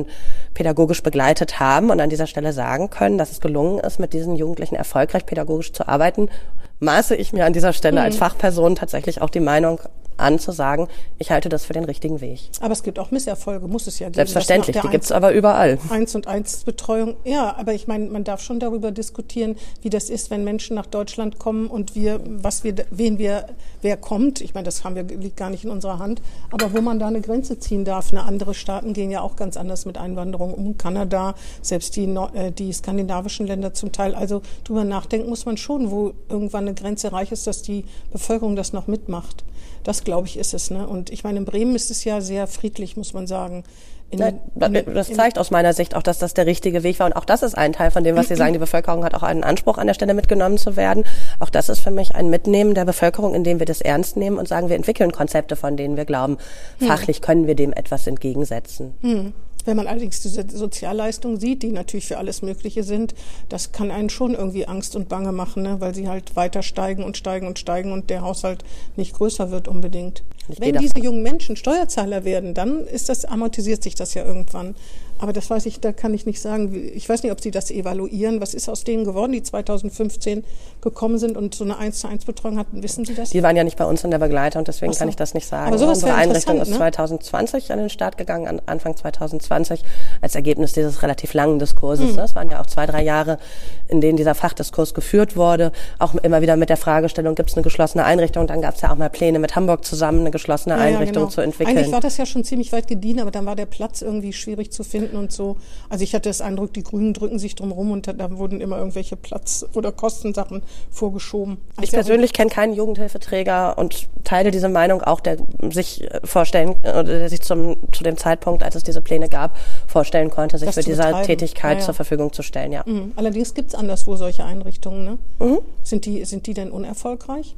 pädagogisch begleitet haben und an dieser Stelle sagen können, dass es gelungen ist, mit diesen Jugendlichen erfolgreich pädagogisch zu arbeiten, maße ich mir an dieser Stelle mhm. als Fachperson tatsächlich auch die Meinung an, zu sagen, ich halte das für den richtigen Weg. Aber es gibt auch Misserfolge, muss es ja geben. Selbstverständlich, die gibt es aber überall. Eins und eins Betreuung, ja, aber ich meine, man darf schon darüber diskutieren, wie das ist, wenn Menschen nach Deutschland kommen und wir, was wir, wen wir, wer kommt. Ich meine, das haben wir, liegt gar nicht in unserer Hand, aber wo man da eine Grenze ziehen darf. Ne? Andere Staaten gehen ja auch ganz anders mit Einwanderung um. Kanada, selbst die, äh, die skandinavischen Länder zum Teil. Also drüber nachdenken muss man schon, wo irgendwann eine Grenze reich ist, dass die Bevölkerung das noch mitmacht. Das, glaube ich, ist es. Ne? Und ich meine, in Bremen ist es ja sehr friedlich, muss man sagen. In, Nein, das zeigt aus meiner Sicht auch, dass das der richtige Weg war. Und auch das ist ein Teil von dem, was Sie sagen. Die Bevölkerung hat auch einen Anspruch, an der Stelle mitgenommen zu werden. Auch das ist für mich ein Mitnehmen der Bevölkerung, indem wir das ernst nehmen und sagen, wir entwickeln Konzepte, von denen wir glauben, fachlich können wir dem etwas entgegensetzen. Hm. Wenn man allerdings diese Sozialleistungen sieht, die natürlich für alles Mögliche sind, das kann einen schon irgendwie Angst und Bange machen, ne? Weil sie halt weiter steigen und steigen und steigen und der Haushalt nicht größer wird unbedingt. Wenn diese jungen Menschen Steuerzahler werden, dann ist das, amortisiert sich das ja irgendwann. Aber das weiß ich, da kann ich nicht sagen. Ich weiß nicht, ob Sie das evaluieren. Was ist aus denen geworden, die zweitausendfünfzehn gekommen sind und so eine eins zu eins Betreuung hatten? Wissen Sie das? Die waren ja nicht bei uns in der Begleitung, deswegen so. kann ich das nicht sagen. Aber sowas Unsere Einrichtung ist ne? zwanzig zwanzig an den Start gegangen, Anfang zwanzig zwanzig, als Ergebnis dieses relativ langen Diskurses. Es hm. waren ja auch zwei, drei Jahre, in denen dieser Fachdiskurs geführt wurde. Auch immer wieder mit der Fragestellung, gibt es eine geschlossene Einrichtung? Dann gab es ja auch mal Pläne mit Hamburg zusammen, eine geschlossene ja, Einrichtung ja, genau. zu entwickeln. Eigentlich war das ja schon ziemlich weit gediehen, aber dann war der Platz irgendwie schwierig zu finden und so. Also ich hatte das Eindruck, die Grünen drücken sich drum rum und da wurden immer irgendwelche Platz- oder Kostensachen vorgeschoben. Also ich persönlich kenne keinen Jugendhilfeträger und teile diese Meinung auch, der sich vorstellen, oder der sich zum, zu dem Zeitpunkt, als es diese Pläne gab, vorstellen konnte, sich für diese betreiben. Tätigkeit ja, ja. zur Verfügung zu stellen. Ja. Mhm. Allerdings gibt es anderswo solche Einrichtungen. Ne? Mhm. Sind die, sind die denn unerfolgreich?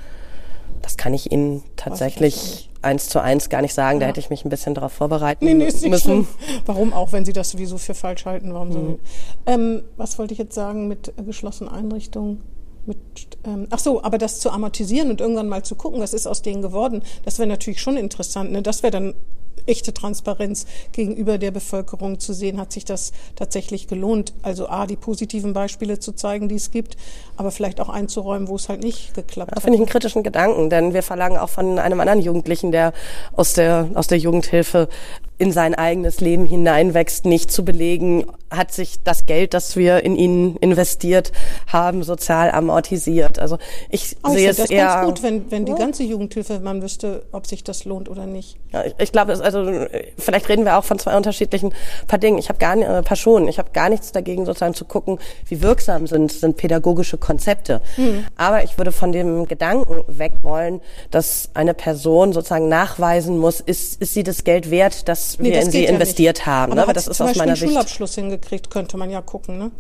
Das kann ich Ihnen tatsächlich eins zu eins gar nicht sagen. Ja. Da hätte ich mich ein bisschen darauf vorbereiten nee, nee, ist nicht müssen. Schlimm. Warum auch, wenn Sie das sowieso für falsch halten? Warum mhm. so? Ähm, was wollte ich jetzt sagen mit äh, geschlossenen Einrichtungen? Mit, ähm, ach so, aber das zu amortisieren und irgendwann mal zu gucken, was ist aus denen geworden, das wäre natürlich schon interessant. Ne? Das wäre dann echte Transparenz gegenüber der Bevölkerung zu sehen, hat sich das tatsächlich gelohnt. Also A, die positiven Beispiele zu zeigen, die es gibt, aber vielleicht auch einzuräumen, wo es halt nicht geklappt hat. Da finde ich einen kritischen Gedanken, denn wir verlangen auch von einem anderen Jugendlichen, der aus der, aus der Jugendhilfe in sein eigenes Leben hineinwächst, nicht zu belegen, hat sich das Geld, das wir in ihn investiert haben, sozial amortisiert. Also ich oh, sehe ich es eher... Das ganz gut, wenn, wenn die ganze Jugendhilfe, man wüsste, ob sich das lohnt oder nicht. Ja, ich, ich glaube, es, also vielleicht reden wir auch von zwei unterschiedlichen paar Dingen. Ich habe gar nicht, äh, paar Schonen. Ich habe gar nichts dagegen, sozusagen zu gucken, wie wirksam sind, sind pädagogische Konzepte. Mhm. Aber ich würde von dem Gedanken weg wollen, dass eine Person sozusagen nachweisen muss, ist, ist sie das Geld wert, dass nee, wir das in sie investiert ja haben. Aber ne? hat das ist zum aus Beispiel meiner einen Sicht Schulabschluss hingekriegt, könnte man ja gucken, ne?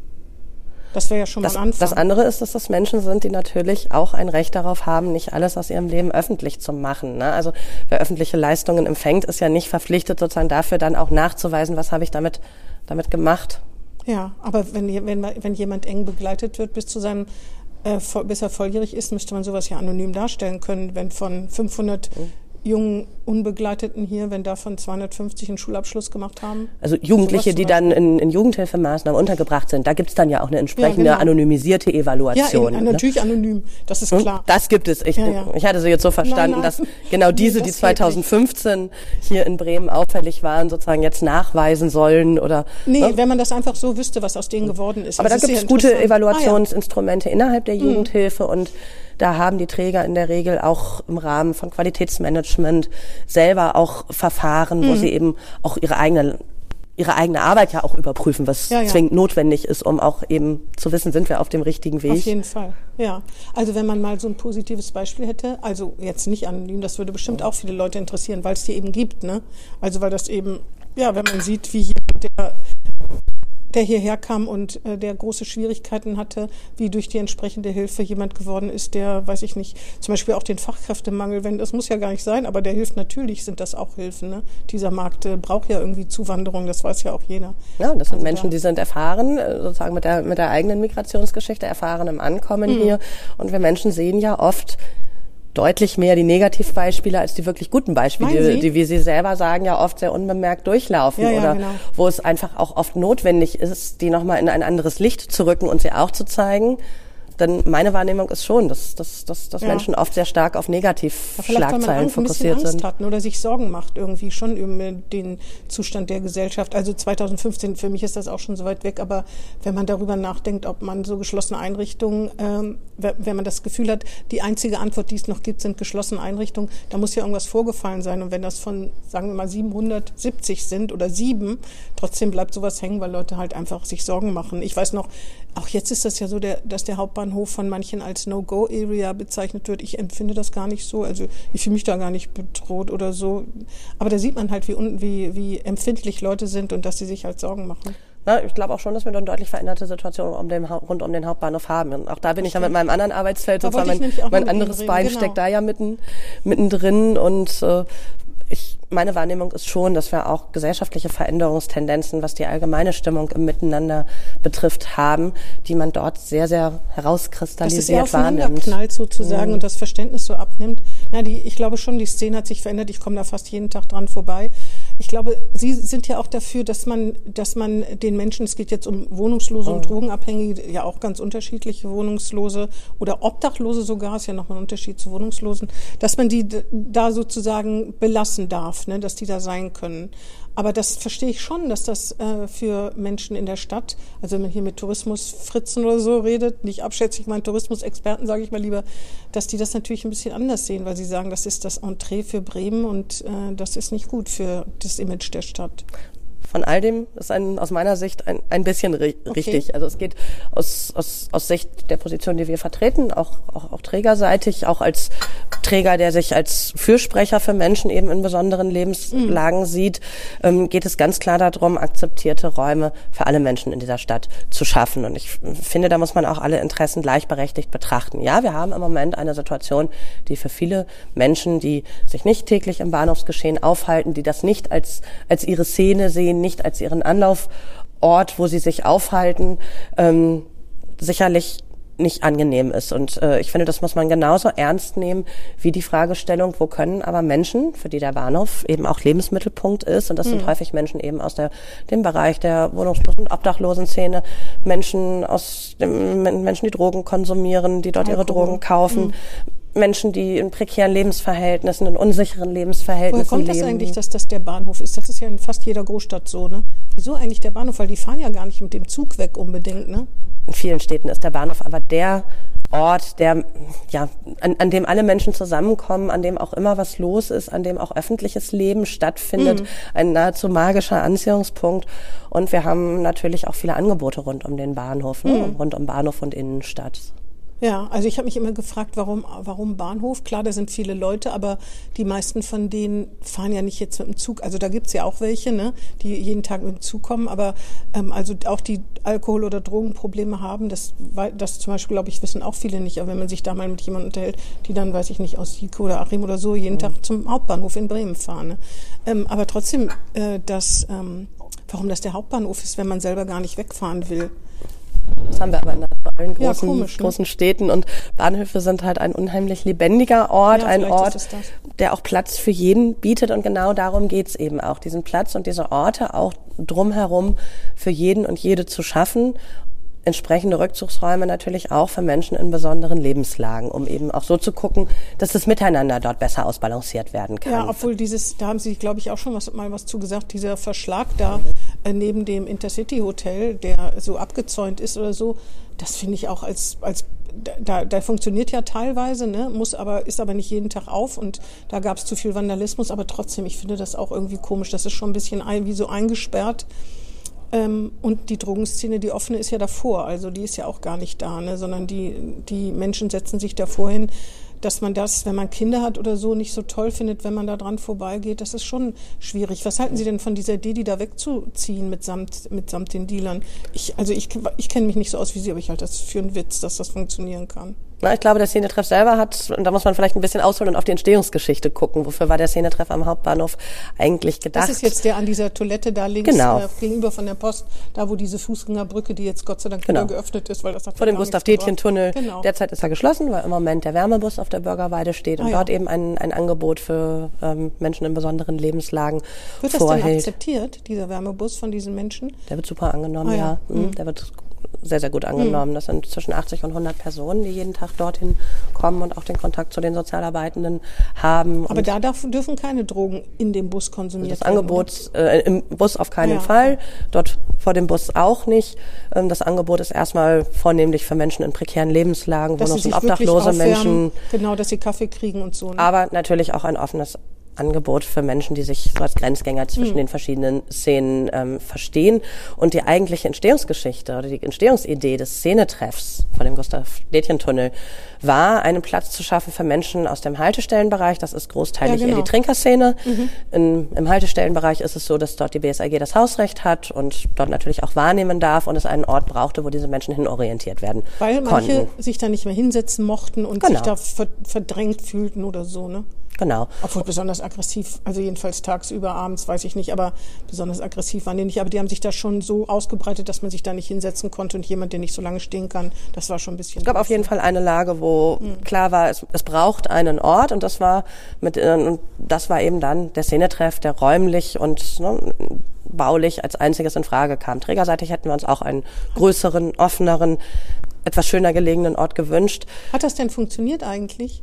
Das wäre ja schon das, mal ein Anfang. Das andere ist, dass das Menschen sind, die natürlich auch ein Recht darauf haben, nicht alles aus ihrem Leben öffentlich zu machen. Ne? Also wer öffentliche Leistungen empfängt, ist ja nicht verpflichtet, sozusagen dafür dann auch nachzuweisen, was habe ich damit, damit gemacht. Ja, aber wenn, wenn, wenn jemand eng begleitet wird bis zu seinem äh, bis er volljährig ist, müsste man sowas ja anonym darstellen können, wenn von fünfhundert mhm. jungen Unbegleiteten hier, wenn davon zweihundertfünfzig einen Schulabschluss gemacht haben? Also Jugendliche, die dann in, in Jugendhilfemaßnahmen untergebracht sind, da gibt's dann ja auch eine entsprechende ja, genau. anonymisierte Evaluation. Ja, eben, natürlich ne? anonym, das ist klar. Das gibt es. Ich, ja, ja. ich hatte sie jetzt so verstanden, nein, nein. dass genau diese, nee, die zweitausendfünfzehn hier in Bremen auffällig waren, sozusagen jetzt nachweisen sollen oder... Nee, ne? wenn man das einfach so wüsste, was aus denen geworden ist. Aber da gibt es gute Evaluationsinstrumente ah, ja. innerhalb der Jugendhilfe hm. und da haben die Träger in der Regel auch im Rahmen von Qualitätsmanagement selber auch Verfahren, mhm. wo sie eben auch ihre eigene ihre eigene Arbeit ja auch überprüfen, was ja, ja. zwingend notwendig ist, um auch eben zu wissen, sind wir auf dem richtigen Weg. Auf jeden Fall, ja. Also wenn man mal so ein positives Beispiel hätte, also jetzt nicht anonym, das würde bestimmt auch viele Leute interessieren, weil es die eben gibt, ne? Also weil das eben, ja, wenn man sieht, wie jemand, der der hierher kam und äh, der große Schwierigkeiten hatte, wie durch die entsprechende Hilfe jemand geworden ist, der, weiß ich nicht, zum Beispiel auch den Fachkräftemangel, wenn das muss ja gar nicht sein, aber der hilft natürlich, sind das auch Hilfen. Ne? Dieser Markt äh, braucht ja irgendwie Zuwanderung, das weiß ja auch jeder. Ja, und das sind also Menschen, die sind erfahren, sozusagen mit der mit der eigenen Migrationsgeschichte, erfahren im Ankommen mhm. hier. Und wir Menschen sehen ja oft deutlich mehr die Negativbeispiele als die wirklich guten Beispiele, die, die, wie Sie selber sagen, ja oft sehr unbemerkt durchlaufen ja, ja, oder genau. wo es einfach auch oft notwendig ist, die nochmal in ein anderes Licht zu rücken und sie auch zu zeigen. Denn meine Wahrnehmung ist schon, dass, dass, dass, dass ja. Menschen oft sehr stark auf Negativschlagzeilen fokussiert sind. Angst hatten oder sich Sorgen macht irgendwie schon über den Zustand der Gesellschaft. Also zweitausendfünfzehn, für mich ist das auch schon so weit weg, aber wenn man darüber nachdenkt, ob man so geschlossene Einrichtungen, ähm, wenn man das Gefühl hat, die einzige Antwort, die es noch gibt, sind geschlossene Einrichtungen, da muss ja irgendwas vorgefallen sein. Und wenn das von, sagen wir mal, siebenhundertsiebzig sind oder sieben, trotzdem bleibt sowas hängen, weil Leute halt einfach sich Sorgen machen. Ich weiß noch, auch jetzt ist das ja so, der, dass der Hauptbahnhof von manchen als No-Go-Area bezeichnet wird. Ich empfinde das gar nicht so. Also ich fühle mich da gar nicht bedroht oder so. Aber da sieht man halt, wie, wie, wie empfindlich Leute sind und dass sie sich halt Sorgen machen. Na, ich glaube auch schon, dass wir eine deutlich veränderte Situation um den, rund um den Hauptbahnhof haben. Und auch da bin ich ja mit meinem anderen Arbeitsfeld, da sozusagen mein, mein anderes reden. Bein genau. steckt da ja mitten, mittendrin und äh, ich, meine Wahrnehmung ist schon, dass wir auch gesellschaftliche Veränderungstendenzen, was die allgemeine Stimmung im Miteinander betrifft, haben, die man dort sehr, sehr herauskristallisiert wahrnimmt. Das ist eher knallt sozusagen mhm. und das Verständnis so abnimmt. Na, die, ich glaube schon, die Szene hat sich verändert. Ich komme da fast jeden Tag dran vorbei. Ich glaube, Sie sind ja auch dafür, dass man, dass man den Menschen, es geht jetzt um Wohnungslose und Drogenabhängige, ja auch ganz unterschiedliche Wohnungslose oder Obdachlose sogar, ist ja nochmal ein Unterschied zu Wohnungslosen, dass man die da sozusagen belassen darf, ne, dass die da sein können. Aber das verstehe ich schon, dass das äh, für Menschen in der Stadt, also wenn man hier mit Tourismusfritzen oder so redet, nicht abschätzig meinen Tourismusexperten, sage ich mal lieber, dass die das natürlich ein bisschen anders sehen, weil sie sagen, das ist das Entree für Bremen und äh, das ist nicht gut für das Image der Stadt. Von all dem ist ein, aus meiner Sicht ein, ein bisschen ri- okay. richtig. Also es geht aus, aus, aus Sicht der Position, die wir vertreten, auch, auch, auch trägerseitig, auch als Träger, der sich als Fürsprecher für Menschen eben in besonderen Lebenslagen mhm. sieht, ähm, geht es ganz klar darum, akzeptierte Räume für alle Menschen in dieser Stadt zu schaffen. Und ich finde, da muss man auch alle Interessen gleichberechtigt betrachten. Ja, wir haben im Moment eine Situation, die für viele Menschen, die sich nicht täglich im Bahnhofsgeschehen aufhalten, die das nicht als, als ihre Szene sehen, nicht als ihren Anlaufort, wo sie sich aufhalten, ähm, sicherlich nicht angenehm ist. Und äh, ich finde, das muss man genauso ernst nehmen wie die Fragestellung, wo können aber Menschen, für die der Bahnhof eben auch Lebensmittelpunkt ist, und das mhm. sind häufig Menschen eben aus der, dem Bereich der Wohnungslosen- und Obdachlosenszene, Menschen aus dem, Menschen, die Drogen konsumieren, die dort Alkohol. ihre Drogen kaufen, mhm. Menschen, die in prekären Lebensverhältnissen, in unsicheren Lebensverhältnissen leben. Woher kommt das eigentlich, dass das der Bahnhof ist? Das ist ja in fast jeder Großstadt so, ne? Wieso eigentlich der Bahnhof? Weil die fahren ja gar nicht mit dem Zug weg unbedingt, ne? In vielen Städten ist der Bahnhof aber der Ort, der, ja, an, an dem alle Menschen zusammenkommen, an dem auch immer was los ist, an dem auch öffentliches Leben stattfindet, mhm. ein nahezu magischer Anziehungspunkt. Und wir haben natürlich auch viele Angebote rund um den Bahnhof, ne? mhm. rund um Bahnhof und Innenstadt. Ja, also ich habe mich immer gefragt, warum warum Bahnhof? Klar, da sind viele Leute, aber die meisten von denen fahren ja nicht jetzt mit dem Zug. Also da gibt's ja auch welche, ne, die jeden Tag mit dem Zug kommen, aber ähm, also auch die Alkohol- oder Drogenprobleme haben, das, das zum Beispiel, glaube ich, wissen auch viele nicht. Aber wenn man sich da mal mit jemandem unterhält, die dann, weiß ich nicht, aus Jiko oder Achim oder so jeden mhm. Tag zum Hauptbahnhof in Bremen fahren. Ne? Ähm, aber trotzdem, äh, das, ähm, warum das der Hauptbahnhof ist, wenn man selber gar nicht wegfahren will. Das haben wir aber in allen großen, ja, komisch, ne? großen Städten, und Bahnhöfe sind halt ein unheimlich lebendiger Ort, ja, ein Ort, der auch Platz für jeden bietet, und genau darum geht's eben auch, diesen Platz und diese Orte auch drumherum für jeden und jede zu schaffen. Entsprechende Rückzugsräume natürlich auch für Menschen in besonderen Lebenslagen, um eben auch so zu gucken, dass das Miteinander dort besser ausbalanciert werden kann. Ja, obwohl dieses, da haben Sie, glaube ich, auch schon was, mal was zugesagt, dieser Verschlag da äh, neben dem Intercity-Hotel, der so abgezäunt ist oder so, das finde ich auch als, als da, da funktioniert ja teilweise, ne, muss aber, ist aber nicht jeden Tag auf, und da gab es zu viel Vandalismus, aber trotzdem, ich finde das auch irgendwie komisch, das ist schon ein bisschen ein, wie so eingesperrt. Ähm, und die Drogenszene, die offene, ist ja davor, also die ist ja auch gar nicht da, ne, sondern die, die Menschen setzen sich davor hin, dass man das, wenn man Kinder hat oder so, nicht so toll findet, wenn man da dran vorbeigeht. Das ist schon schwierig. Was halten Sie denn von dieser Idee, die da wegzuziehen mitsamt, mitsamt den Dealern? Ich, also ich, ich kenne mich nicht so aus wie Sie, aber ich halte das für einen Witz, dass das funktionieren kann. Na, ich glaube, der Szenetreff selber hat, und da muss man vielleicht ein bisschen ausholen und auf die Entstehungsgeschichte gucken. Wofür war der Szenetreff am Hauptbahnhof eigentlich gedacht? Das ist jetzt der an dieser Toilette da links genau. äh, gegenüber von der Post, da wo diese Fußgängerbrücke, die jetzt Gott sei Dank genau. wieder geöffnet ist, weil das hat vor dem Gustav-Detjen-Tunnel. Genau. Derzeit ist er geschlossen, weil im Moment der Wärmebus auf der Bürgerweide steht und ah, ja. dort eben ein, ein Angebot für ähm, Menschen in besonderen Lebenslagen Wird das vorhält. denn akzeptiert, dieser Wärmebus von diesen Menschen? Der wird super angenommen, ah, ja. ja. Mhm. Der wird sehr, sehr gut angenommen. Das sind zwischen achtzig und hundert Personen, die jeden Tag dorthin kommen und auch den Kontakt zu den Sozialarbeitenden haben. Aber da darf, dürfen keine Drogen in dem Bus konsumiert werden. Das werden, Angebot äh, im Bus auf keinen ja. Fall, dort vor dem Bus auch nicht. Ähm, das Angebot ist erstmal vornehmlich für Menschen in prekären Lebenslagen, Wohnungs- und Obdachlose Menschen. Genau, dass sie Kaffee kriegen und so. Ne? Aber natürlich auch ein offenes Angebot für Menschen, die sich so als Grenzgänger zwischen mhm. den verschiedenen Szenen ähm, verstehen. Und die eigentliche Entstehungsgeschichte oder die Entstehungsidee des Szenetreffs von dem Gustav-Detjen-Tunnel war, einen Platz zu schaffen für Menschen aus dem Haltestellenbereich. Das ist großteilig ja, genau. eher die Trinkerszene. Mhm. In, Im Haltestellenbereich ist es so, dass dort die B S A G das Hausrecht hat und dort natürlich auch wahrnehmen darf und es einen Ort brauchte, wo diese Menschen hinorientiert werden Weil manche konnten. sich da nicht mehr hinsetzen mochten und genau. sich da verdrängt fühlten oder so, ne? Genau. Obwohl besonders aggressiv, also jedenfalls tagsüber, abends, weiß ich nicht, aber besonders aggressiv waren die nicht. Aber die haben sich da schon so ausgebreitet, dass man sich da nicht hinsetzen konnte und jemand, der nicht so lange stehen kann, das war schon ein bisschen... Es gab auf jeden Fall eine Lage, wo mhm. klar war, es, es braucht einen Ort und das war mit, und das war eben dann der Szenetreff, der räumlich und ne, baulich als einziges in Frage kam. Trägerseitig hätten wir uns auch einen größeren, offeneren, etwas schöner gelegenen Ort gewünscht. Hat das denn funktioniert eigentlich?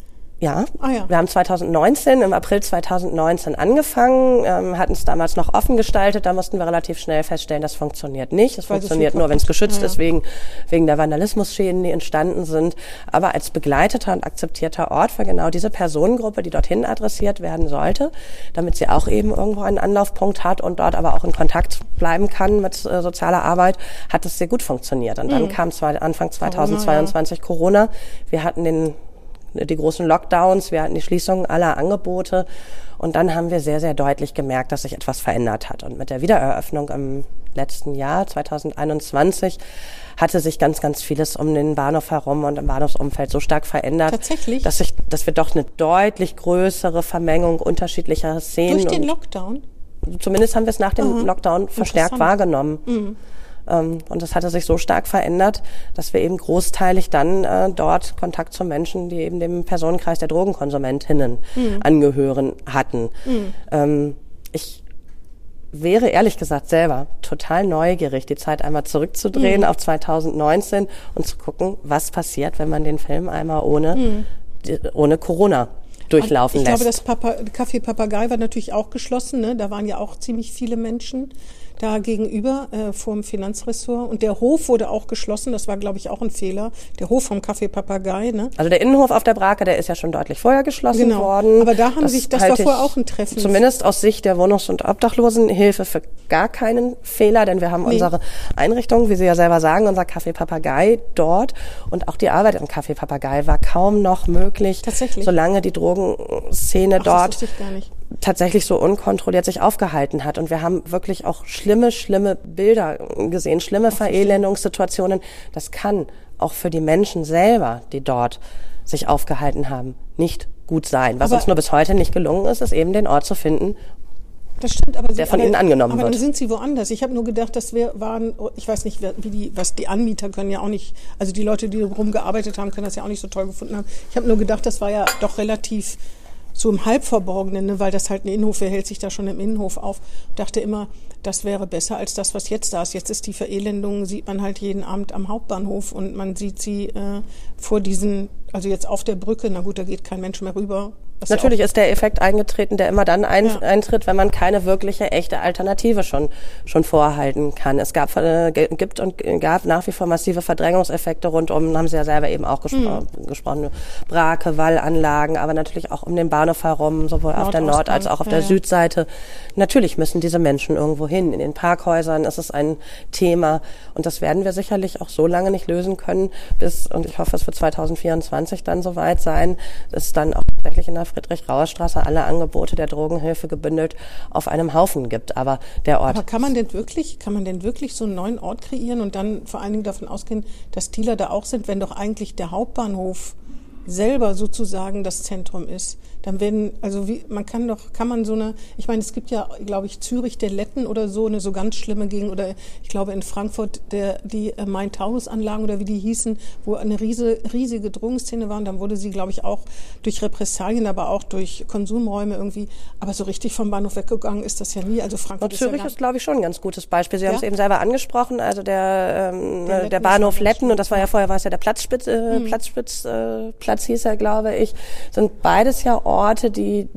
Ja. Ah, ja, wir haben zwanzig neunzehn, im April zwanzig neunzehn angefangen, ähm, hatten es damals noch offen gestaltet, da mussten wir relativ schnell feststellen, das funktioniert nicht. Es funktioniert nur, wenn es geschützt ja, ja. ist, wegen, wegen der Vandalismusschäden, die entstanden sind. Aber als begleiteter und akzeptierter Ort für genau diese Personengruppe, die dorthin adressiert werden sollte, damit sie auch eben irgendwo einen Anlaufpunkt hat und dort aber auch in Kontakt bleiben kann mit äh, sozialer Arbeit, hat es sehr gut funktioniert. Und dann mhm. kam zwei, Anfang zweitausendzweiundzwanzig Corona, ja. Corona. Wir hatten den die großen Lockdowns, wir hatten die Schließung aller Angebote und dann haben wir sehr, sehr deutlich gemerkt, dass sich etwas verändert hat. Und mit der Wiedereröffnung im letzten Jahr, zwanzig einundzwanzig, hatte sich ganz, ganz vieles um den Bahnhof herum und im Bahnhofsumfeld so stark verändert, Tatsächlich? dass sich, dass wir doch eine deutlich größere Vermengung unterschiedlicher Szenen... Durch den Lockdown? Zumindest haben wir es nach dem Aha. Lockdown verstärkt wahrgenommen. Mhm. Und das hatte sich so stark verändert, dass wir eben großteilig dann äh, dort Kontakt zu Menschen, die eben dem Personenkreis der Drogenkonsumentinnen mhm. angehören, hatten. Mhm. Ähm, ich wäre ehrlich gesagt selber total neugierig, die Zeit einmal zurückzudrehen mhm. auf zwanzig neunzehn und zu gucken, was passiert, wenn man den Film einmal ohne, mhm. die, ohne Corona durchlaufen ich lässt. Ich glaube, das Papa, Café Papagei war natürlich auch geschlossen, ne? Da waren ja auch ziemlich viele Menschen da gegenüber äh, vor dem Finanzressort. Und der Hof wurde auch geschlossen, das war, glaube ich, auch ein Fehler. Der Hof vom Café Papagei, ne? Also der Innenhof auf der Brake, der ist ja schon deutlich vorher geschlossen genau. worden. Aber da haben das sich, das war vorher auch ein Treffen. Zumindest aus Sicht der Wohnungs- und Obdachlosenhilfe für gar keinen Fehler, denn wir haben nee. unsere Einrichtung, wie Sie ja selber sagen, unser Café Papagei dort und auch die Arbeit im Café Papagei war kaum noch möglich, Tatsächlich? solange die Drogenszene Ach, dort das wusste ich gar nicht. tatsächlich so unkontrolliert sich aufgehalten hat. Und wir haben wirklich auch schlimme, schlimme Bilder gesehen, schlimme Ach, Verelendungssituationen. Das kann auch für die Menschen selber, die dort sich aufgehalten haben, nicht gut sein. Was aber uns nur bis heute nicht gelungen ist, ist eben den Ort zu finden, das stimmt, aber der Sie, von aber, Ihnen angenommen aber wird. Aber dann sind Sie woanders. Ich habe nur gedacht, das wär, waren, ich weiß nicht, wie die, was die Anmieter können ja auch nicht, also die Leute, die rumgearbeitet haben, können das ja auch nicht so toll gefunden haben. Ich habe nur gedacht, das war ja doch relativ so im Halbverborgenen, ne, weil das halt ein Innenhof, wer hält sich da schon im Innenhof auf? Ich dachte immer, das wäre besser als das, was jetzt da ist. Jetzt ist die Verelendung, sieht man halt jeden Abend am Hauptbahnhof und man sieht sie äh, vor diesen, also jetzt auf der Brücke, na gut, da geht kein Mensch mehr rüber. Was Natürlich ja ist der Effekt eingetreten, der immer dann ein, ja. eintritt, wenn man keine wirkliche, echte Alternative schon schon vorhalten kann. Es gab, äh, gibt und gab nach wie vor massive Verdrängungseffekte rund um, haben Sie ja selber eben auch gespro- mhm. gesprochen, Brake, Wallanlagen, aber natürlich auch um den Bahnhof herum, sowohl auf der Nord- als auch auf ja, der ja. Südseite. Natürlich müssen diese Menschen irgendwo hin. In den Parkhäusern ist es ein Thema und das werden wir sicherlich auch so lange nicht lösen können, bis, und ich hoffe, es wird zwanzig vierundzwanzig dann soweit sein, es dann auch tatsächlich in der Friedrich-Rauer-Straße alle Angebote der Drogenhilfe gebündelt auf einem Haufen gibt. Aber der Ort... Aber kann man denn wirklich, kann man denn wirklich so einen neuen Ort kreieren und dann vor allen Dingen davon ausgehen, dass Dealer da auch sind, wenn doch eigentlich der Hauptbahnhof selber sozusagen das Zentrum ist? Dann werden, also wie, man kann doch, kann man so eine, ich meine, es gibt ja, glaube ich, Zürich, der Letten oder so, eine so ganz schlimme Gegend, oder ich glaube in Frankfurt der, die äh, Main-Taunus-Anlagen oder wie die hießen, wo eine riese, riesige Drogenszene war, und dann wurde sie, glaube ich, auch durch Repressalien, aber auch durch Konsumräume irgendwie, aber so richtig vom Bahnhof weggegangen ist das ja nie. Also Frankfurt und Zürich ist, ja ist, glaube ich, schon ein ganz gutes Beispiel. Sie ja? haben es eben selber angesprochen, also der, ähm, der, der Bahnhof Letten, und das war ja vorher, war es ja der Platzspitz, äh, mhm. Platzspitz, äh, Platz hieß er, glaube ich, sind beides ja Orte, die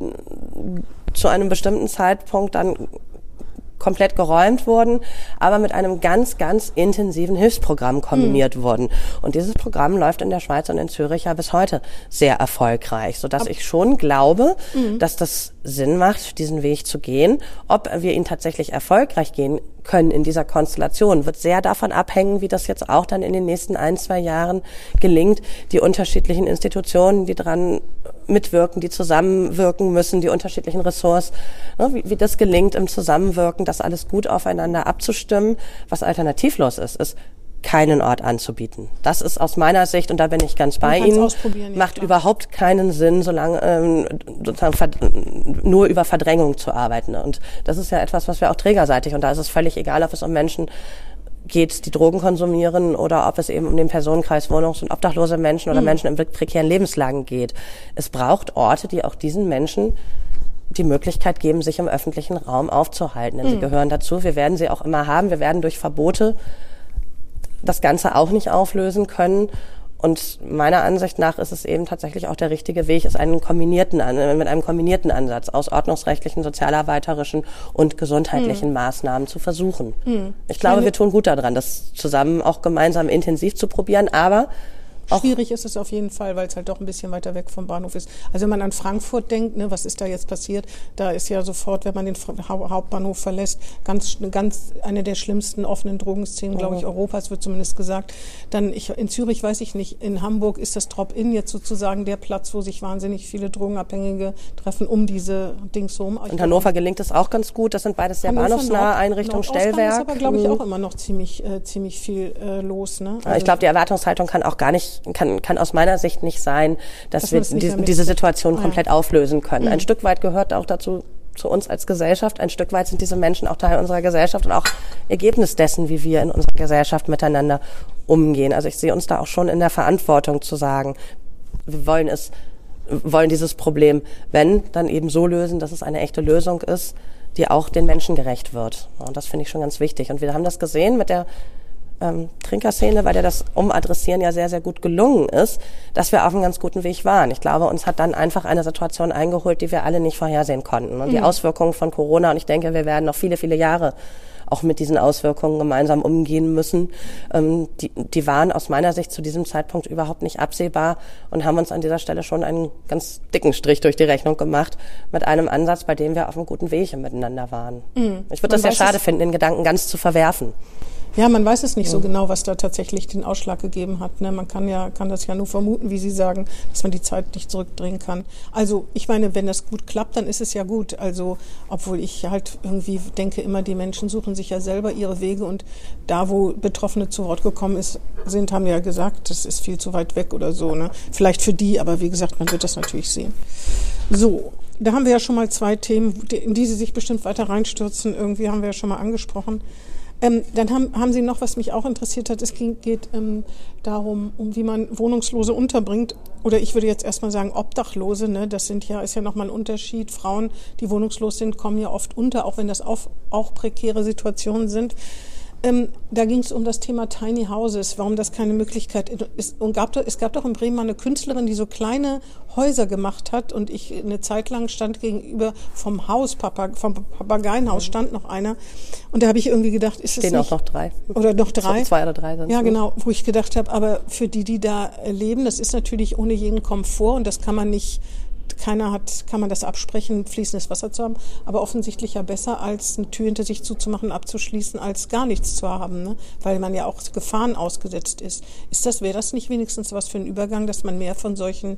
zu einem bestimmten Zeitpunkt dann komplett geräumt wurden, aber mit einem ganz, ganz intensiven Hilfsprogramm kombiniert mhm. wurden. Und dieses Programm läuft in der Schweiz und in Zürich ja bis heute sehr erfolgreich, sodass aber ich schon glaube, mhm. dass das Sinn macht, diesen Weg zu gehen. Ob wir ihn tatsächlich erfolgreich gehen können in dieser Konstellation, wird sehr davon abhängen, wie das jetzt auch dann in den nächsten ein, zwei Jahren gelingt, die unterschiedlichen Institutionen, die dran mitwirken, die zusammenwirken müssen, die unterschiedlichen Ressorts, ne, wie, wie das gelingt im Zusammenwirken, das alles gut aufeinander abzustimmen. Was alternativlos ist, ist keinen Ort anzubieten. Das ist aus meiner Sicht, und da bin ich ganz bei Ihnen, macht ja, überhaupt keinen Sinn, solange ähm, sozusagen nur über Verdrängung zu arbeiten. Und das ist ja etwas, was wir auch trägerseitig, und da ist es völlig egal, ob es um Menschen geht, die Drogen konsumieren, oder ob es eben um den Personenkreis Wohnungs- und obdachlose Menschen oder mhm. Menschen in prekären Lebenslagen geht. Es braucht Orte, die auch diesen Menschen die Möglichkeit geben, sich im öffentlichen Raum aufzuhalten. Denn mhm. sie gehören dazu. Wir werden sie auch immer haben. Wir werden durch Verbote das Ganze auch nicht auflösen können. Und meiner Ansicht nach ist es eben tatsächlich auch der richtige Weg, ist einen kombinierten, mit einem kombinierten Ansatz aus ordnungsrechtlichen, sozialarbeiterischen und gesundheitlichen mhm. Maßnahmen zu versuchen. Mhm. Ich glaube, wir tun gut daran, das zusammen auch gemeinsam intensiv zu probieren, aber schwierig ist es auf jeden Fall, weil es halt doch ein bisschen weiter weg vom Bahnhof ist. Also wenn man an Frankfurt denkt, ne, was ist da jetzt passiert? Da ist ja sofort, wenn man den Hauptbahnhof verlässt, ganz, ganz eine der schlimmsten offenen Drogenszenen, oh. glaube ich, Europas, wird zumindest gesagt. Dann ich, in Zürich weiß ich nicht, in Hamburg ist das Drop-In jetzt sozusagen der Platz, wo sich wahnsinnig viele Drogenabhängige treffen, um diese Dings rum. In Hannover gelingt es auch ganz gut. Das sind beides sehr bahnhofsnahe Einrichtungen, Stellwerk. Da ist aber, glaube ich, auch immer noch ziemlich, äh, ziemlich viel äh, los. Ne? Also ich glaube, die Erwartungshaltung kann auch gar nicht Kann, kann aus meiner Sicht nicht sein, dass, dass wir die, diese Situation ah, komplett ja. auflösen können. Mhm. Ein Stück weit gehört auch dazu, zu uns als Gesellschaft. Ein Stück weit sind diese Menschen auch Teil unserer Gesellschaft und auch Ergebnis dessen, wie wir in unserer Gesellschaft miteinander umgehen. Also ich sehe uns da auch schon in der Verantwortung zu sagen, wir wollen es, wollen dieses Problem, wenn, dann eben so lösen, dass es eine echte Lösung ist, die auch den Menschen gerecht wird. Und das finde ich schon ganz wichtig. Und wir haben das gesehen mit der Ähm, Trinkerszene, weil der das Umadressieren ja sehr, sehr gut gelungen ist, dass wir auf einem ganz guten Weg waren. Ich glaube, uns hat dann einfach eine Situation eingeholt, die wir alle nicht vorhersehen konnten. Und mhm. die Auswirkungen von Corona, und ich denke, wir werden noch viele, viele Jahre auch mit diesen Auswirkungen gemeinsam umgehen müssen, ähm, die, die waren aus meiner Sicht zu diesem Zeitpunkt überhaupt nicht absehbar und haben uns an dieser Stelle schon einen ganz dicken Strich durch die Rechnung gemacht mit einem Ansatz, bei dem wir auf einem guten Weg miteinander waren. Mhm. Ich würde das sehr schade finden, den Gedanken ganz zu verwerfen. Ja, man weiß es nicht so genau, was da tatsächlich den Ausschlag gegeben hat. Ne? Man kann ja, kann das ja nur vermuten, wie Sie sagen, dass man die Zeit nicht zurückdrehen kann. Also, ich meine, wenn das gut klappt, dann ist es ja gut. Also, obwohl ich halt irgendwie denke immer, die Menschen suchen sich ja selber ihre Wege, und da, wo Betroffene zu Wort gekommen ist, sind, haben ja gesagt, das ist viel zu weit weg oder so. Ne? Vielleicht für die, aber wie gesagt, man wird das natürlich sehen. So. Da haben wir ja schon mal zwei Themen, in die Sie sich bestimmt weiter reinstürzen. Irgendwie haben wir ja schon mal angesprochen. Ähm, dann haben, haben Sie noch, was mich auch interessiert hat, es ging, geht ähm, darum, um wie man Wohnungslose unterbringt. Oder ich würde jetzt erstmal sagen Obdachlose, ne? Das sind ja, ist ja nochmal ein Unterschied. Frauen, die wohnungslos sind, kommen ja oft unter, auch wenn das auch, auch prekäre Situationen sind. Ähm, da ging es um das Thema Tiny Houses, warum das keine Möglichkeit ist. Und gab, es gab doch in Bremen mal eine Künstlerin, die so kleine Häuser gemacht hat, und ich eine Zeit lang stand gegenüber vom Haus, Papa, vom Papageienhaus stand noch einer, und da habe ich irgendwie gedacht, ist es nicht... Stehen auch noch drei. Oder noch drei. Zwei oder drei sind Ja, genau, wo ich gedacht habe, aber für die, die da leben, das ist natürlich ohne jeden Komfort, und das kann man nicht... Keiner hat, kann man das absprechen, fließendes Wasser zu haben, aber offensichtlich ja besser, als eine Tür hinter sich zuzumachen, abzuschließen, als gar nichts zu haben, ne? Weil man ja auch Gefahren ausgesetzt ist. Ist das, wäre das nicht wenigstens was für einen Übergang, dass man mehr von solchen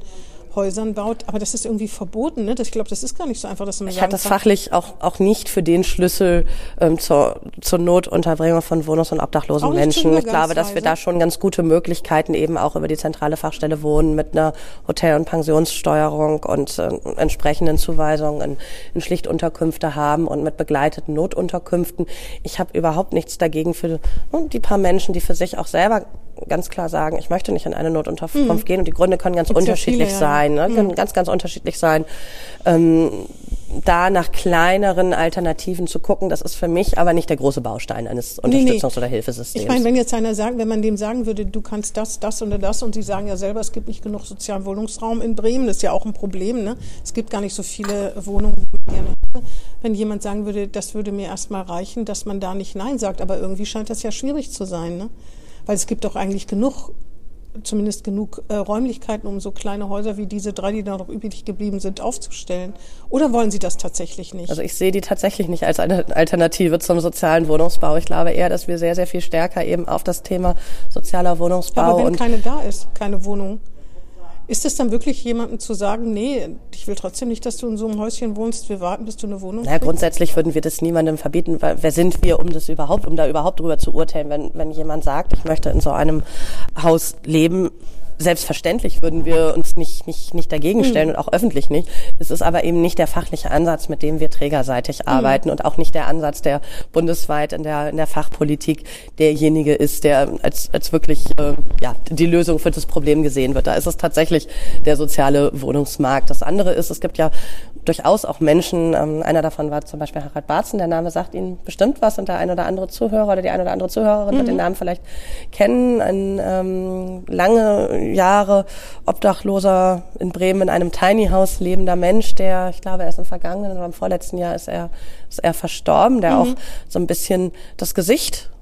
Häusern baut, aber das ist irgendwie verboten, ne? Das, ich glaube, das ist gar nicht so einfach, dass man Ich sagen halte das kann, fachlich auch auch nicht für den Schlüssel ähm, zur zur Notunterbringung von wohnungs- und obdachlosen Auch nicht zur Menschen. Ich glaube, dass wir Übergangsweise. da schon ganz gute Möglichkeiten eben auch über die zentrale Fachstelle Wohnen mit einer Hotel- und Pensionssteuerung und äh, entsprechenden Zuweisungen in, in Schlichtunterkünfte haben und mit begleiteten Notunterkünften. Ich habe überhaupt nichts dagegen für ne, die paar Menschen, die für sich auch selber ganz klar sagen, ich möchte nicht in eine Notunterkunft mhm. gehen und die Gründe können ganz Gibt's unterschiedlich ja viele, sein, ja. ne? können Mhm. ganz, ganz unterschiedlich sein. Ähm, da nach kleineren Alternativen zu gucken, das ist für mich aber nicht der große Baustein eines Unterstützungs- nee, nee. oder Hilfesystems. Ich meine, wenn jetzt einer sagt, wenn man dem sagen würde, du kannst das, das oder das und sie sagen ja selber, es gibt nicht genug sozialen Wohnungsraum in Bremen, das ist ja auch ein Problem, ne? Es gibt gar nicht so viele Wohnungen, wie ich gerne hätte. Wenn jemand sagen würde, das würde mir erstmal reichen, dass man da nicht Nein sagt, aber irgendwie scheint das ja schwierig zu sein, ne? Weil es gibt doch eigentlich genug, zumindest genug äh, Räumlichkeiten, um so kleine Häuser wie diese drei, die da noch übrig geblieben sind, aufzustellen. Oder wollen Sie das tatsächlich nicht? Also ich sehe die tatsächlich nicht als eine Alternative zum sozialen Wohnungsbau. Ich glaube eher, dass wir sehr, sehr viel stärker eben auf das Thema sozialer Wohnungsbau. Ja, aber wenn und keine da ist, keine Wohnung, ist es dann wirklich jemandem zu sagen, nee, ich will trotzdem nicht, dass du in so einem Häuschen wohnst, wir warten, bis du eine Wohnung naja, kriegst? grundsätzlich würden wir das niemandem verbieten, weil wer sind wir, um das überhaupt, um da überhaupt drüber zu urteilen, wenn, wenn jemand sagt, ich möchte in so einem Haus leben. Selbstverständlich würden wir uns nicht, nicht, nicht dagegen stellen mhm. und auch öffentlich nicht. Es ist aber eben nicht der fachliche Ansatz, mit dem wir trägerseitig mhm. arbeiten und auch nicht der Ansatz, der bundesweit in der, in der Fachpolitik derjenige ist, der als, als wirklich, äh, ja, die Lösung für das Problem gesehen wird. Da ist es tatsächlich der soziale Wohnungsmarkt. Das andere ist, es gibt ja durchaus auch Menschen, ähm, einer davon war zum Beispiel Harald Barzen, der Name sagt Ihnen bestimmt was und der ein oder andere Zuhörer oder die eine oder andere Zuhörerin mhm. wird den Namen vielleicht kennen. Ein ähm, lange Jahre obdachloser in Bremen in einem Tiny House lebender Mensch, der, ich glaube, erst im vergangenen oder im vorletzten Jahr ist er, ist er verstorben, der mhm. auch so ein bisschen das Gesicht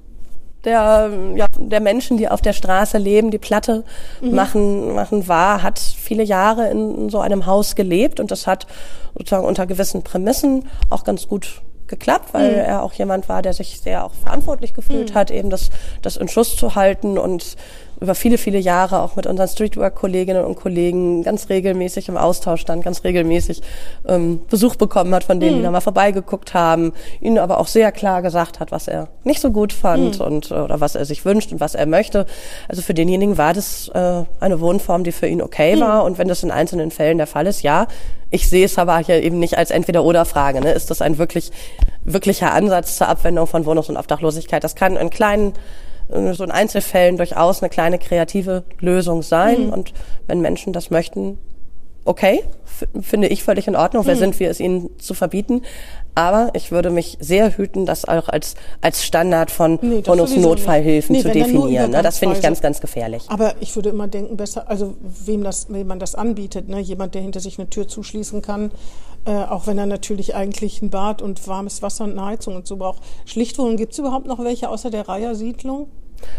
der, ja, der Menschen, die auf der Straße leben, die Platte mhm. machen, machen war, hat viele Jahre in so einem Haus gelebt und das hat sozusagen unter gewissen Prämissen auch ganz gut geklappt, weil mhm. er auch jemand war, der sich sehr auch verantwortlich gefühlt mhm. hat, eben das, das in Schuss zu halten und über viele, viele Jahre auch mit unseren Streetwork-Kolleginnen und Kollegen ganz regelmäßig im Austausch stand, ganz regelmäßig ähm, Besuch bekommen hat von denen, mhm. die da mal vorbeigeguckt haben, ihnen aber auch sehr klar gesagt hat, was er nicht so gut fand mhm. und oder was er sich wünscht und was er möchte. Also für denjenigen war das äh, eine Wohnform, die für ihn okay mhm. war und wenn das in einzelnen Fällen der Fall ist, ja, ich sehe es aber hier eben nicht als Entweder-oder-Frage. Ne? Ist das ein wirklich wirklicher Ansatz zur Abwendung von Wohnungs- und Obdachlosigkeit? Das kann in kleinen, so in Einzelfällen durchaus eine kleine kreative Lösung sein. Mhm. Und wenn Menschen das möchten, okay, f- finde ich völlig in Ordnung. Wer mhm. sind wir, es ihnen zu verbieten? Aber ich würde mich sehr hüten, das auch als als Standard von nee, Wohnungsnotfallhilfen nee, zu definieren. Ne? Das finde ich ganz, ganz gefährlich. Aber ich würde immer denken, besser, also wem das, wem man das anbietet, ne? Jemand, der hinter sich eine Tür zuschließen kann, äh, auch wenn er natürlich eigentlich ein Bad und warmes Wasser und eine Heizung und so braucht. Schlichtwohnungen, gibt es überhaupt noch welche außer der Reiher-Siedlung?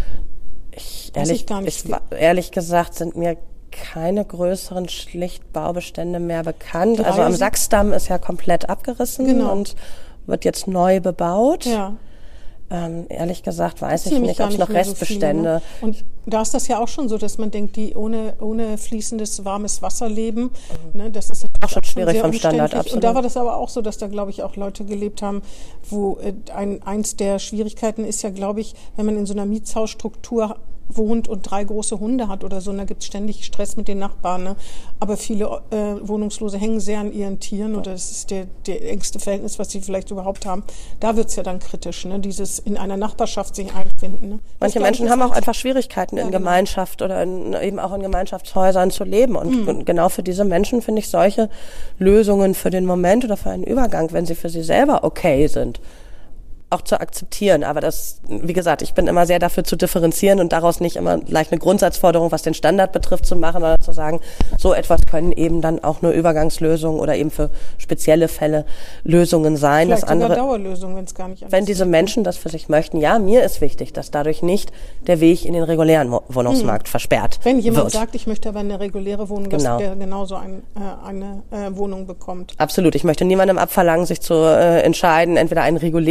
Ich, ehrlich, ich gar nicht. Ich, ehrlich gesagt sind mir keine größeren Schlichtbaubestände mehr bekannt. Die also am Sachsdamm ist ja komplett abgerissen genau. und wird jetzt neu bebaut. Ja. Ähm, ehrlich gesagt weiß ich nicht, ob es noch Restbestände. So viele, ne? Und da ist das ja auch schon so, dass man denkt, die ohne ohne fließendes warmes Wasser leben, mhm. ne, das ist auch schon schwierig vom Standard. Absolut. Und da war das aber auch so, dass da glaube ich auch Leute gelebt haben, wo äh, ein eins der Schwierigkeiten ist ja, glaube ich, wenn man in so einer Mietshausstruktur wohnt und drei große Hunde hat oder so, und da gibt es ständig Stress mit den Nachbarn. Ne? Aber viele äh, Wohnungslose hängen sehr an ihren Tieren oder das ist der, der engste Verhältnis, was sie vielleicht überhaupt haben. Da wird es ja dann kritisch, ne? Dieses in einer Nachbarschaft sich einfinden. Ne? Manche Menschen haben auch einfach Schwierigkeiten ja, in genau. Gemeinschaft oder in, eben auch in Gemeinschaftshäusern zu leben. Und, mhm. und genau für diese Menschen finde ich solche Lösungen für den Moment oder für einen Übergang, wenn sie für sie selber okay sind, auch zu akzeptieren. Aber das, wie gesagt, ich bin immer sehr dafür zu differenzieren und daraus nicht immer gleich eine Grundsatzforderung, was den Standard betrifft, zu machen, sondern zu sagen, so etwas können eben dann auch nur Übergangslösungen oder eben für spezielle Fälle Lösungen sein. Vielleicht das andere, sogar Dauerlösungen, wenn es gar nicht anders wenn diese Menschen das für sich möchten, ja, mir ist wichtig, dass dadurch nicht der Weg in den regulären Wohnungsmarkt hm. versperrt Wenn jemand wird. sagt, ich möchte aber eine reguläre Wohnung, genau. dass der genauso ein, äh, eine äh, Wohnung bekommt. Absolut. Ich möchte niemandem abverlangen, sich zu äh, entscheiden, entweder einen regulären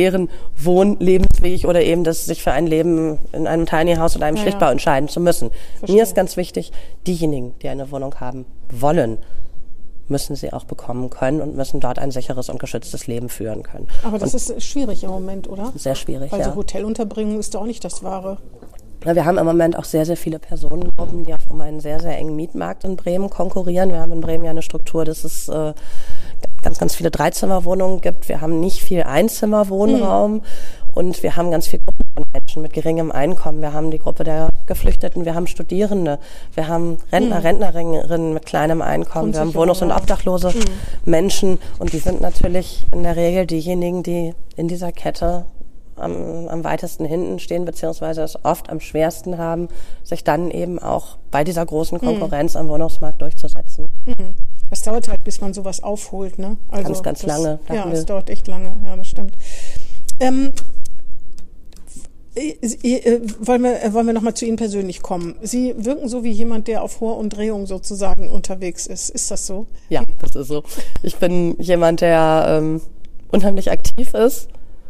wohnlebensfähig oder eben das sich für ein Leben in einem Tiny House oder einem ja, Schlichtbau ja. entscheiden zu müssen. Verstehe. Mir ist ganz wichtig, diejenigen, die eine Wohnung haben wollen, müssen sie auch bekommen können und müssen dort ein sicheres und geschütztes Leben führen können. Aber das und ist schwierig im Moment, oder? Sehr schwierig, Weil ja. so Hotelunterbringung ist doch auch nicht das Wahre. Ja, wir haben im Moment auch sehr, sehr viele Personengruppen, die auf um einen sehr, sehr engen Mietmarkt in Bremen konkurrieren. Wir haben in Bremen ja eine Struktur, dass es äh, ganz, ganz viele Dreizimmerwohnungen gibt. Wir haben nicht viel Einzimmerwohnraum mhm. und wir haben ganz viele Gruppen von Menschen mit geringem Einkommen. Wir haben die Gruppe der Geflüchteten, wir haben Studierende, wir haben Rentner, mhm. Rentnerinnen mit kleinem Einkommen, wir haben Wohnungs- und obdachlose mhm. Menschen und die sind natürlich in der Regel diejenigen, die in dieser Kette Am, am weitesten hinten stehen, beziehungsweise es oft am schwersten haben, sich dann eben auch bei dieser großen Konkurrenz mhm. am Wohnungsmarkt durchzusetzen. Mhm. Das dauert halt, bis man sowas aufholt, ne? Also ganz, ganz das, lange. Ja, es dauert echt lange, ja, das stimmt. Ähm, äh, wollen wir, äh, wollen wir nochmal zu Ihnen persönlich kommen? Sie wirken so wie jemand, der auf Hoher und Drehung sozusagen unterwegs ist. Ist das so? Ja, das ist so. Ich bin jemand, der ähm, unheimlich aktiv ist.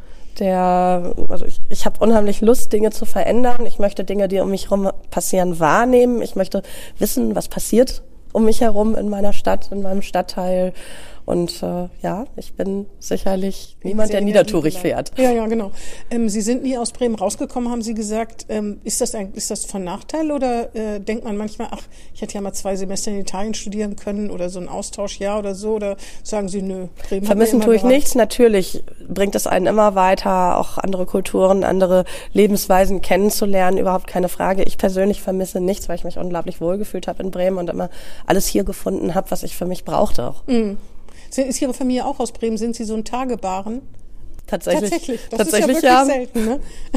Der, also ich, ich habe unheimlich Lust, Dinge zu verändern. Ich möchte Dinge, die um mich herum passieren, wahrnehmen. Ich möchte wissen, was passiert um mich herum in meiner Stadt, in meinem Stadtteil. Und äh, ja, ich bin sicherlich niemand, der niedertourig fährt. Ja, ja, genau. Ähm, Sie sind nie aus Bremen rausgekommen, haben Sie gesagt. Ähm, ist das ein, ist das von Nachteil oder äh, denkt man manchmal, ach, ich hätte ja mal zwei Semester in Italien studieren können oder so ein Austauschjahr oder so? Oder sagen Sie, nö, Bremen Vermissen tue ich nichts. Natürlich bringt es einen immer weiter, auch andere Kulturen, andere Lebensweisen kennenzulernen. Überhaupt keine Frage. Ich persönlich vermisse nichts, weil ich mich unglaublich wohlgefühlt habe in Bremen und immer alles hier gefunden habe, was ich für mich brauchte auch. Mhm. Ist Ihre Familie auch aus Bremen? Sind Sie so ein Tagebaren? Tatsächlich. Tatsächlich. Das Tatsächlich, ist ja wirklich ja. selten,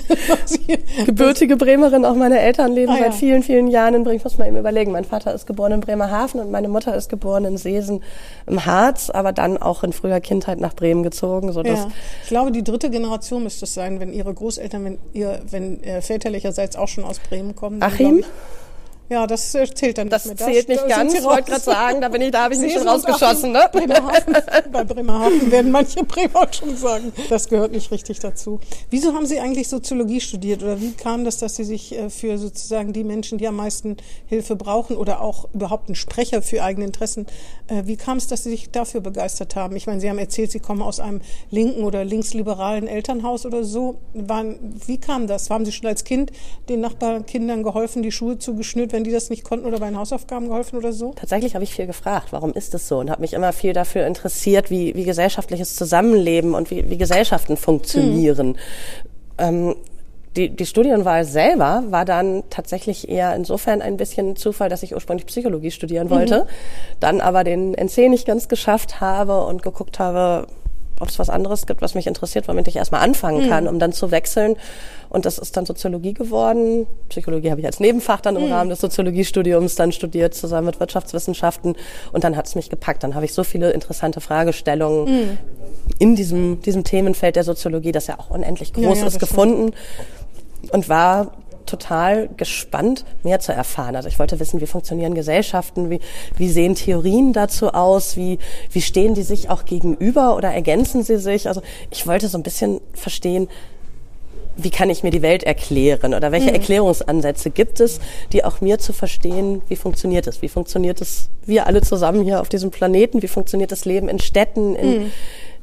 ne? Gebürtige Bremerin, auch meine Eltern leben ah, seit ja. vielen, vielen Jahren in Bremen. Ich muss mal eben überlegen. Mein Vater ist geboren in Bremerhaven und meine Mutter ist geboren in Seesen im Harz, aber dann auch in früher Kindheit nach Bremen gezogen. Sodass ja. Ich glaube, die dritte Generation müsste es sein, wenn Ihre Großeltern, wenn ihr, wenn äh, väterlicherseits auch schon aus Bremen kommen. Achim? Ja, das zählt dann nicht das mehr. Das zählt nicht ganz, ich wollte gerade sagen, da bin ich, da habe ich mich schon rausgeschossen. Ne? Bremerhaven, bei Bremerhaven werden manche Bremer schon sagen, das gehört nicht richtig dazu. Wieso haben Sie eigentlich Soziologie studiert oder wie kam das, dass Sie sich für sozusagen die Menschen, die am meisten Hilfe brauchen oder auch überhaupt einen Sprecher für eigene Interessen, wie kam es, dass Sie sich dafür begeistert haben? Ich meine, Sie haben erzählt, Sie kommen aus einem linken oder linksliberalen Elternhaus oder so. Waren, wie kam das? Haben Sie schon als Kind den Nachbarkindern geholfen, die Schuhe zugeschnürt, wenn die das nicht konnten oder bei den Hausaufgaben geholfen oder so? Tatsächlich habe ich viel gefragt, warum ist das so? Und habe mich immer viel dafür interessiert, wie, wie gesellschaftliches Zusammenleben und wie, wie Gesellschaften funktionieren. Mhm. Ähm, die, die Studienwahl selber war dann tatsächlich eher insofern ein bisschen Zufall, dass ich ursprünglich Psychologie studieren wollte, mhm. dann aber den N C nicht ganz geschafft habe und geguckt habe, ob es was anderes gibt, was mich interessiert, womit ich erstmal anfangen kann, mhm. um dann zu wechseln. Und das ist dann Soziologie geworden. Psychologie habe ich als Nebenfach dann im mhm. Rahmen des Soziologiestudiums dann studiert, zusammen mit Wirtschaftswissenschaften. Und dann hat es mich gepackt. Dann habe ich so viele interessante Fragestellungen mhm. in diesem, diesem Themenfeld der Soziologie, das ja auch unendlich groß ja, ja, ist, gefunden. Stimmt. Und war total gespannt, mehr zu erfahren. Also ich wollte wissen, wie funktionieren Gesellschaften, wie, wie sehen Theorien dazu aus, wie, wie stehen die sich auch gegenüber oder ergänzen sie sich? Also ich wollte so ein bisschen verstehen, wie kann ich mir die Welt erklären oder welche mhm. Erklärungsansätze gibt es, die auch mir zu verstehen, wie funktioniert es? Wie funktioniert es, wir alle zusammen hier auf diesem Planeten? Wie funktioniert das Leben in Städten, in mhm.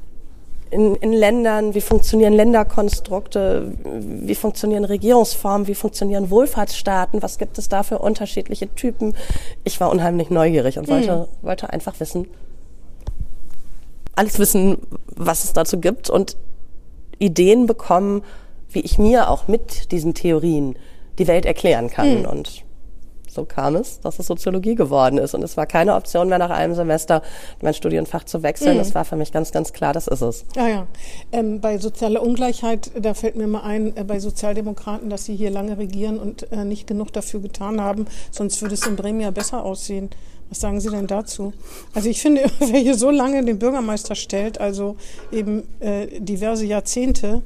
In, in Ländern, wie funktionieren Länderkonstrukte, wie funktionieren Regierungsformen, wie funktionieren Wohlfahrtsstaaten, was gibt es da für unterschiedliche Typen. Ich war unheimlich neugierig und wollte, mhm. wollte einfach wissen, alles wissen, was es dazu gibt und Ideen bekommen, wie ich mir auch mit diesen Theorien die Welt erklären kann. Mhm. Und so kam es, dass es Soziologie geworden ist. Und es war keine Option mehr, nach einem Semester mein Studienfach zu wechseln. Mhm. Es war für mich ganz, ganz klar, das ist es. Ja, ja. Ähm, bei sozialer Ungleichheit, da fällt mir mal ein, äh, bei Sozialdemokraten, dass sie hier lange regieren und äh, nicht genug dafür getan haben. Sonst würde es in Bremen ja besser aussehen. Was sagen Sie denn dazu? Also ich finde, wer hier so lange den Bürgermeister stellt, also eben äh, diverse Jahrzehnte,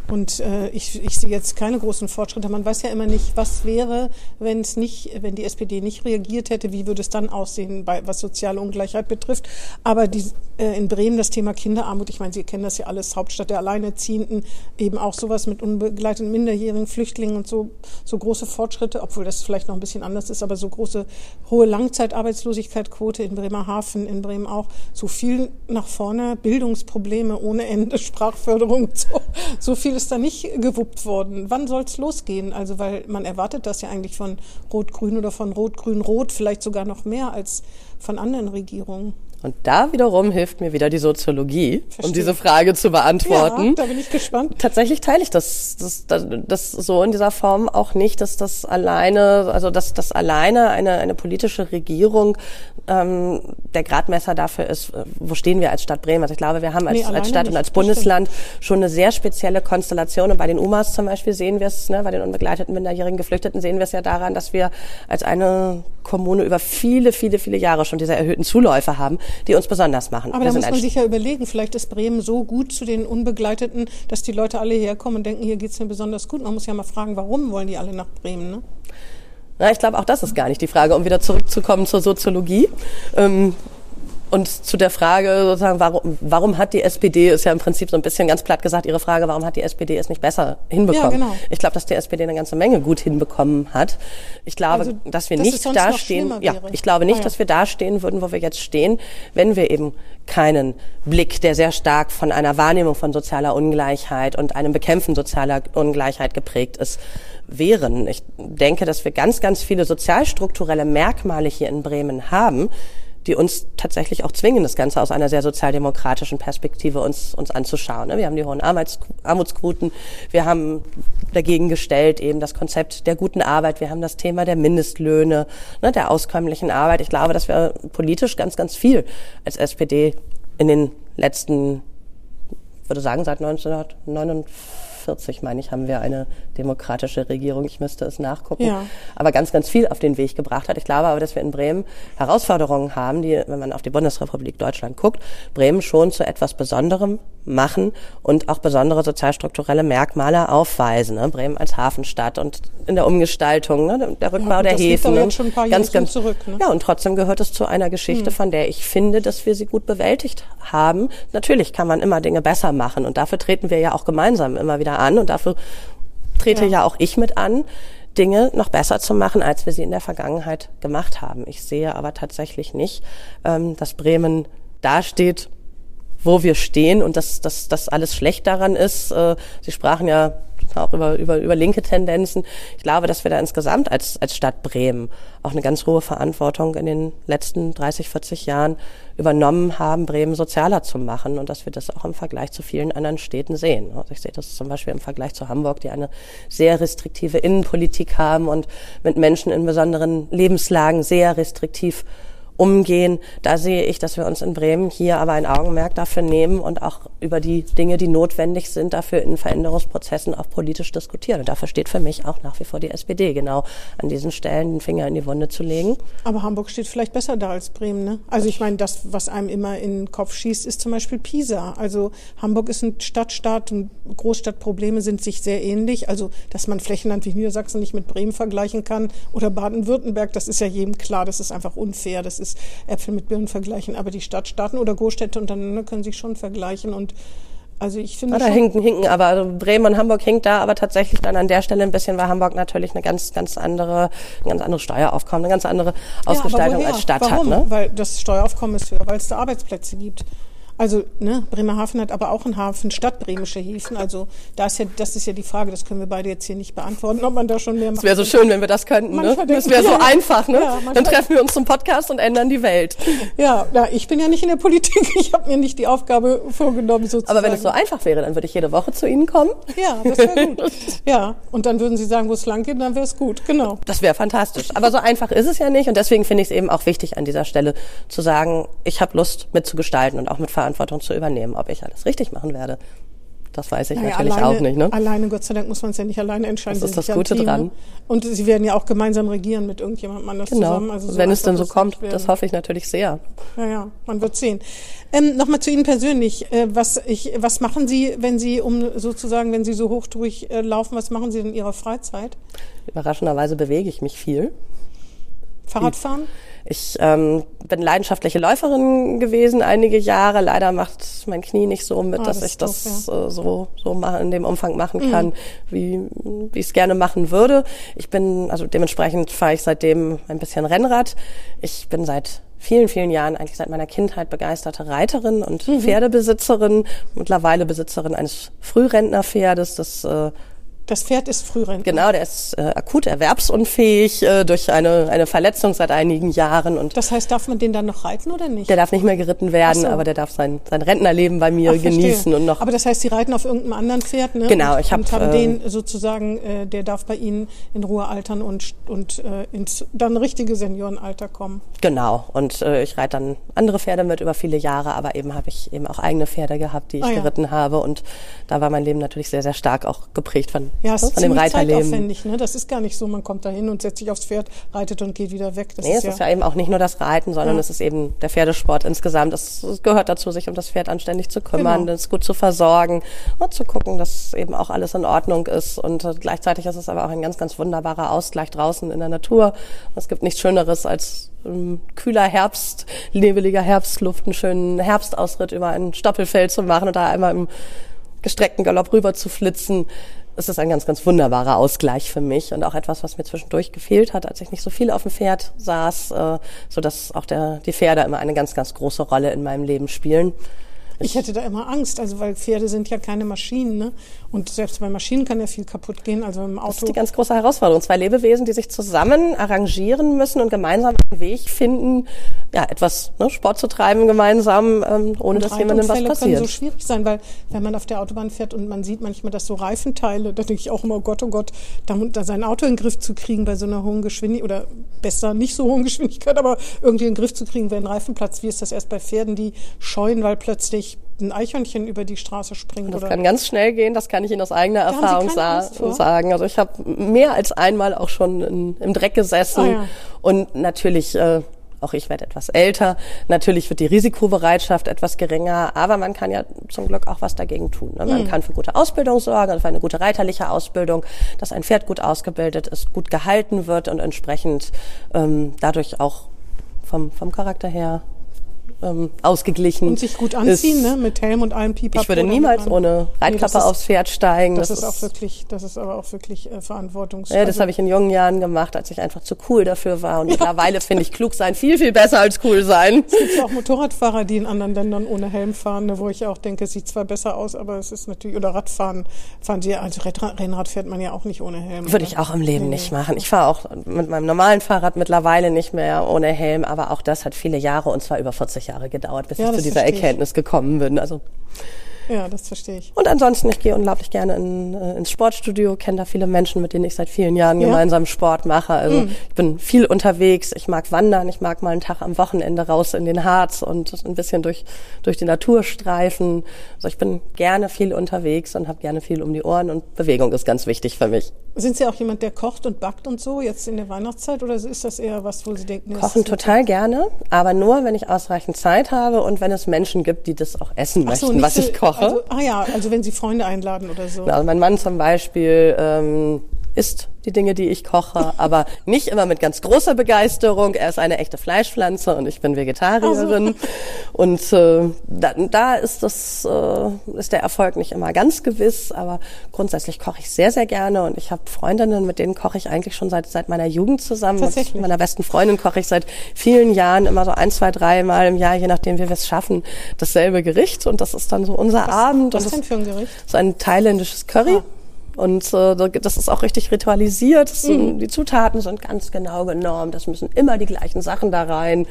Und äh, ich, ich sehe jetzt keine großen Fortschritte. Man weiß ja immer nicht, was wäre, wenn es nicht, wenn die S P D nicht reagiert hätte, wie würde es dann aussehen, bei, was soziale Ungleichheit betrifft. Aber die, äh, in Bremen das Thema Kinderarmut, ich meine, Sie kennen das ja alles, Hauptstadt der Alleinerziehenden, eben auch sowas mit unbegleiteten minderjährigen Flüchtlingen und so, so große Fortschritte, obwohl das vielleicht noch ein bisschen anders ist, aber so große, hohe Langzeitarbeitslosigkeitsquote in Bremerhaven, in Bremen auch, so viel nach vorne, Bildungsprobleme ohne Ende, Sprachförderung und so, so viel ist da nicht gewuppt worden. Wann soll es losgehen? Also, weil man erwartet das ja eigentlich von Rot-Grün oder von Rot-Grün-Rot, vielleicht sogar noch mehr als von anderen Regierungen. Und da wiederum hilft mir wieder die Soziologie, Verstehe. um diese Frage zu beantworten. Ja, da bin ich gespannt. Tatsächlich teile ich das, das, das, das so in dieser Form auch nicht, dass das alleine, also dass das alleine eine, eine politische Regierung ähm, der Gradmesser dafür ist, wo stehen wir als Stadt Bremen. Also ich glaube, wir haben als, nee, als Stadt nicht. Und als Bundesland schon eine sehr spezielle Konstellation. Und bei den U M As zum Beispiel sehen wir es, ne, bei den unbegleiteten minderjährigen Geflüchteten sehen wir es ja daran, dass wir als eine Kommune über viele, viele, viele Jahre schon diese erhöhten Zuläufe haben, die uns besonders machen. Aber da muss man sich ja überlegen, vielleicht ist Bremen so gut zu den Unbegleiteten, dass die Leute alle herkommen und denken, hier geht's mir besonders gut. Man muss ja mal fragen, warum wollen die alle nach Bremen, ne? Na, ich glaube, auch das ist gar nicht die Frage, um wieder zurückzukommen zur Soziologie. Ähm, Und zu der Frage sozusagen, warum, warum hat die S P D, ist ja im Prinzip so ein bisschen ganz platt gesagt Ihre Frage, warum hat die S P D es nicht besser hinbekommen? Ja, genau. Ich glaube, dass die S P D eine ganze Menge gut hinbekommen hat. Ich glaube, also, dass wir dass nicht dastehen, ja, ich glaube nicht, ah, ja. dass wir dastehen würden, wo wir jetzt stehen, wenn wir eben keinen Blick, der sehr stark von einer Wahrnehmung von sozialer Ungleichheit und einem Bekämpfen sozialer Ungleichheit geprägt ist, wären. Ich denke, dass wir ganz, ganz viele sozialstrukturelle Merkmale hier in Bremen haben, die uns tatsächlich auch zwingen, das Ganze aus einer sehr sozialdemokratischen Perspektive uns, uns anzuschauen. Wir haben die hohen Armuts, Armutsquoten, wir haben dagegen gestellt eben das Konzept der guten Arbeit, wir haben das Thema der Mindestlöhne, der auskömmlichen Arbeit. Ich glaube, dass wir politisch ganz, ganz viel als S P D in den letzten, ich würde sagen, seit neunzehnhundertneunundvierzig, meine ich, haben wir eine demokratische Regierung. Ich müsste es nachgucken. Ja. Aber ganz, ganz viel auf den Weg gebracht hat. Ich glaube aber, dass wir in Bremen Herausforderungen haben, die, wenn man auf die Bundesrepublik Deutschland guckt, Bremen schon zu etwas Besonderem machen und auch besondere sozialstrukturelle Merkmale aufweisen. Ne? Bremen als Hafenstadt und in der Umgestaltung, ne? Der Rückbau ja, der Häfen. Das liegt jetzt schon ein paar Jahre ganz, ganz zurück. Ne? Ja, und trotzdem gehört es zu einer Geschichte, hm. von der ich finde, dass wir sie gut bewältigt haben. Natürlich kann man immer Dinge besser machen und dafür treten wir ja auch gemeinsam immer wieder an und dafür trete ja. ja auch ich mit an, Dinge noch besser zu machen, als wir sie in der Vergangenheit gemacht haben. Ich sehe aber tatsächlich nicht, ähm, dass Bremen dasteht, wo wir stehen und dass das dass alles schlecht daran ist. Äh, Sie sprachen ja auch über, über, über linke Tendenzen. Ich glaube, dass wir da insgesamt als, als Stadt Bremen auch eine ganz hohe Verantwortung in den letzten dreißig, vierzig Jahren übernommen haben, Bremen sozialer zu machen und dass wir das auch im Vergleich zu vielen anderen Städten sehen. Also ich sehe das zum Beispiel im Vergleich zu Hamburg, die eine sehr restriktive Innenpolitik haben und mit Menschen in besonderen Lebenslagen sehr restriktiv umgehen. Da sehe ich, dass wir uns in Bremen hier aber ein Augenmerk dafür nehmen und auch über die Dinge, die notwendig sind, dafür in Veränderungsprozessen auch politisch diskutieren. Und dafür steht für mich auch nach wie vor die S P D, genau an diesen Stellen den Finger in die Wunde zu legen. Aber Hamburg steht vielleicht besser da als Bremen, ne? Also ich meine, das, was einem immer in den Kopf schießt, ist zum Beispiel Pisa. Also Hamburg ist ein Stadtstaat und Großstadtprobleme sind sich sehr ähnlich. Also, dass man Flächenland wie Niedersachsen nicht mit Bremen vergleichen kann oder Baden-Württemberg, das ist ja jedem klar, das ist einfach unfair, das ist Äpfel mit Birnen vergleichen, aber die Stadtstaaten oder Großstädte untereinander können sich schon vergleichen und also ich finde ja, da hinken, hinken, aber also Bremen und Hamburg hinkt da aber tatsächlich dann an der Stelle ein bisschen, weil Hamburg natürlich eine ganz, ganz andere, ein ganz anderes Steueraufkommen, eine ganz andere Ausgestaltung ja, als Stadt Warum? hat. Ne? Weil das Steueraufkommen ist höher, weil es da Arbeitsplätze gibt. Also, ne, Bremerhaven hat aber auch einen Hafen, stadtbremische Häfen. Also, da ist ja, das ist ja die Frage, das können wir beide jetzt hier nicht beantworten, ob man da schon mehr macht. Es wäre so schön, wenn wir das könnten, ne? Das wäre so ja, einfach, ne? Ja, dann treffen wir uns zum Podcast und ändern die Welt. Ja, ja, ich bin ja nicht in der Politik. Ich habe mir nicht die Aufgabe vorgenommen, sozusagen. Aber wenn es so einfach wäre, dann würde ich jede Woche zu Ihnen kommen. Ja, das wäre gut. Ja, und dann würden Sie sagen, wo es lang geht, dann wäre es gut, genau. Das wäre fantastisch. Aber so einfach ist es ja nicht und deswegen finde ich es eben auch wichtig, an dieser Stelle zu sagen, ich habe Lust mitzugestalten und auch mit Verantwortung zu übernehmen. Ob ich alles richtig machen werde, das weiß ich naja, natürlich alleine, auch nicht. Ne? Alleine, Gott sei Dank, muss man es ja nicht alleine entscheiden. Das ist das ja Gute Team, dran. Ne? Und sie werden ja auch gemeinsam regieren mit irgendjemandem anders genau. zusammen. Also so wenn es denn so das kommt, das hoffe ich natürlich sehr. Ja, ja, man wird sehen. Ähm, Nochmal zu Ihnen persönlich. Äh, was, ich, was machen Sie, wenn Sie um sozusagen, wenn Sie so hoch durchlaufen, was machen Sie in Ihrer Freizeit? Überraschenderweise bewege ich mich viel. Fahrradfahren? Ich ähm, bin leidenschaftliche Läuferin gewesen einige Jahre. Leider macht mein Knie nicht so mit, ah, dass das ich das doof, ja. äh, so so machen, in dem Umfang machen kann, mhm. wie wie ich es gerne machen würde. Ich bin also dementsprechend fahre ich seitdem ein bisschen Rennrad. Ich bin seit vielen, vielen Jahren, eigentlich seit meiner Kindheit, begeisterte Reiterin und mhm. Pferdebesitzerin. Mittlerweile Besitzerin eines Frührentnerpferdes, das äh, Das Pferd ist Frührentner. Genau, der ist äh, akut erwerbsunfähig äh, durch eine eine Verletzung seit einigen Jahren. Und das heißt, darf man den dann noch reiten oder nicht? Der darf nicht mehr geritten werden, so. aber der darf sein sein Rentnerleben bei mir Ach, genießen. Und noch. Aber das heißt, Sie reiten auf irgendeinem anderen Pferd, ne? Genau, und, ich habe und haben äh, den sozusagen, äh, der darf bei Ihnen in Ruhe altern und und äh, ins dann richtige Seniorenalter kommen. Genau, und äh, ich reite dann andere Pferde mit über viele Jahre, aber eben habe ich eben auch eigene Pferde gehabt, die ich ah, ja. geritten habe. Und da war mein Leben natürlich sehr, sehr stark auch geprägt von, ja, von dem Reiter. Zeitaufwendig, ne? Das ist gar nicht so, man kommt da hin und setzt sich aufs Pferd, reitet und geht wieder weg. Das nee, ist es ja ist ja eben auch nicht nur das Reiten, sondern ja. es ist eben der Pferdesport insgesamt. Es gehört dazu, sich um das Pferd anständig zu kümmern, genau. es gut zu versorgen und zu gucken, dass eben auch alles in Ordnung ist. Und äh, gleichzeitig ist es aber auch ein ganz, ganz wunderbarer Ausgleich draußen in der Natur. Es gibt nichts Schöneres als ähm, kühler Herbst, nebeliger Herbstluft, einen schönen Herbstausritt über ein Stoppelfeld zu machen und da einmal im gestreckten Galopp rüber zu flitzen. Es ist ein ganz, ganz wunderbarer Ausgleich für mich und auch etwas, was mir zwischendurch gefehlt hat, als ich nicht so viel auf dem Pferd saß, äh, so dass auch der, die Pferde immer eine ganz, ganz große Rolle in meinem Leben spielen. Ich hätte da immer Angst, also weil Pferde sind ja keine Maschinen, ne? Und selbst bei Maschinen kann ja viel kaputt gehen, also im Auto. Das ist die ganz große Herausforderung. Zwei Lebewesen, die sich zusammen arrangieren müssen und gemeinsam einen Weg finden, ja, etwas ne, Sport zu treiben gemeinsam, ähm, ohne dass jemandem was passiert. Können so schwierig sein, weil wenn man auf der Autobahn fährt und man sieht manchmal, dass so Reifenteile, da denke ich auch immer, oh Gott, oh Gott, da, da sein Auto in den Griff zu kriegen bei so einer hohen Geschwindigkeit oder besser nicht so hohen Geschwindigkeit, aber irgendwie in den Griff zu kriegen, wenn ein Reifen platzt. Wie ist das erst bei Pferden, die scheuen, weil plötzlich ein Eichhörnchen über die Straße springt? Das oder? kann ganz schnell gehen, das kann ich Ihnen aus eigener da Erfahrung sa- sagen. Also ich habe mehr als einmal auch schon in, im Dreck gesessen ah, ja. und natürlich, äh, auch ich werde etwas älter, natürlich wird die Risikobereitschaft etwas geringer, aber man kann ja zum Glück auch was dagegen tun. Ne? Man mhm. kann für gute Ausbildung sorgen, also für eine gute reiterliche Ausbildung, dass ein Pferd gut ausgebildet ist, gut gehalten wird und entsprechend ähm, dadurch auch vom, vom Charakter her Ähm, ausgeglichen. Und sich gut anziehen, ist, ne? Mit Helm und allem Pipapo. Ich würde niemals ohne Reitkappe nee, aufs Pferd steigen. Das, das ist auch wirklich, das ist aber auch wirklich äh, verantwortungsvoll. Ja, das habe ich in jungen Jahren gemacht, als ich einfach zu cool dafür war. Und ja. mittlerweile finde ich klug sein viel, viel besser als cool sein. Es gibt ja auch Motorradfahrer, die in anderen Ländern ohne Helm fahren, ne, wo ich auch denke, es sieht zwar besser aus, aber es ist natürlich, oder Radfahren, fahren sie, also Rennrad fährt man ja auch nicht ohne Helm. Würde oder? ich auch im Leben nee, nicht machen. Ich fahre auch mit meinem normalen Fahrrad mittlerweile nicht mehr ohne Helm, aber auch das hat viele Jahre und zwar über vierzig Jahre gedauert, bis ja, ich zu dieser Erkenntnis gekommen bin. Also ja, das verstehe ich. Und ansonsten, ich gehe unglaublich gerne in, äh, ins Sportstudio, kenne da viele Menschen, mit denen ich seit vielen Jahren ja. gemeinsam Sport mache. Also mhm. ich bin viel unterwegs, ich mag wandern, ich mag mal einen Tag am Wochenende raus in den Harz und ein bisschen durch durch die Natur streifen. Also ich bin gerne viel unterwegs und habe gerne viel um die Ohren und Bewegung ist ganz wichtig für mich. Sind Sie auch jemand, der kocht und backt und so, jetzt in der Weihnachtszeit, oder ist das eher was, wo Sie denken... Kochen total gerne, aber nur, wenn ich ausreichend Zeit habe und wenn es Menschen gibt, die das auch essen Ach so, möchten, was ich koche. Also, ah ja, also wenn Sie Freunde einladen oder so. Also mein Mann zum Beispiel ähm, isst die Dinge, die ich koche, aber nicht immer mit ganz großer Begeisterung. Er ist eine echte Fleischpflanze und ich bin Vegetarierin. Also. Und äh, da, da ist das äh, ist der Erfolg nicht immer ganz gewiss, aber grundsätzlich koche ich sehr, sehr gerne und ich habe Freundinnen, mit denen koche ich eigentlich schon seit seit meiner Jugend zusammen. Mit meiner besten Freundin koche ich seit vielen Jahren immer so ein, zwei, drei Mal im Jahr, je nachdem, wie wir es schaffen, dasselbe Gericht und das ist dann so unser was, Abend. Was und denn für ein Gericht? So ein thailändisches Curry. Ah. Und äh, das ist auch richtig ritualisiert. Das sind, mhm. Die Zutaten sind ganz genau genormt. Es müssen immer die gleichen Sachen da rein.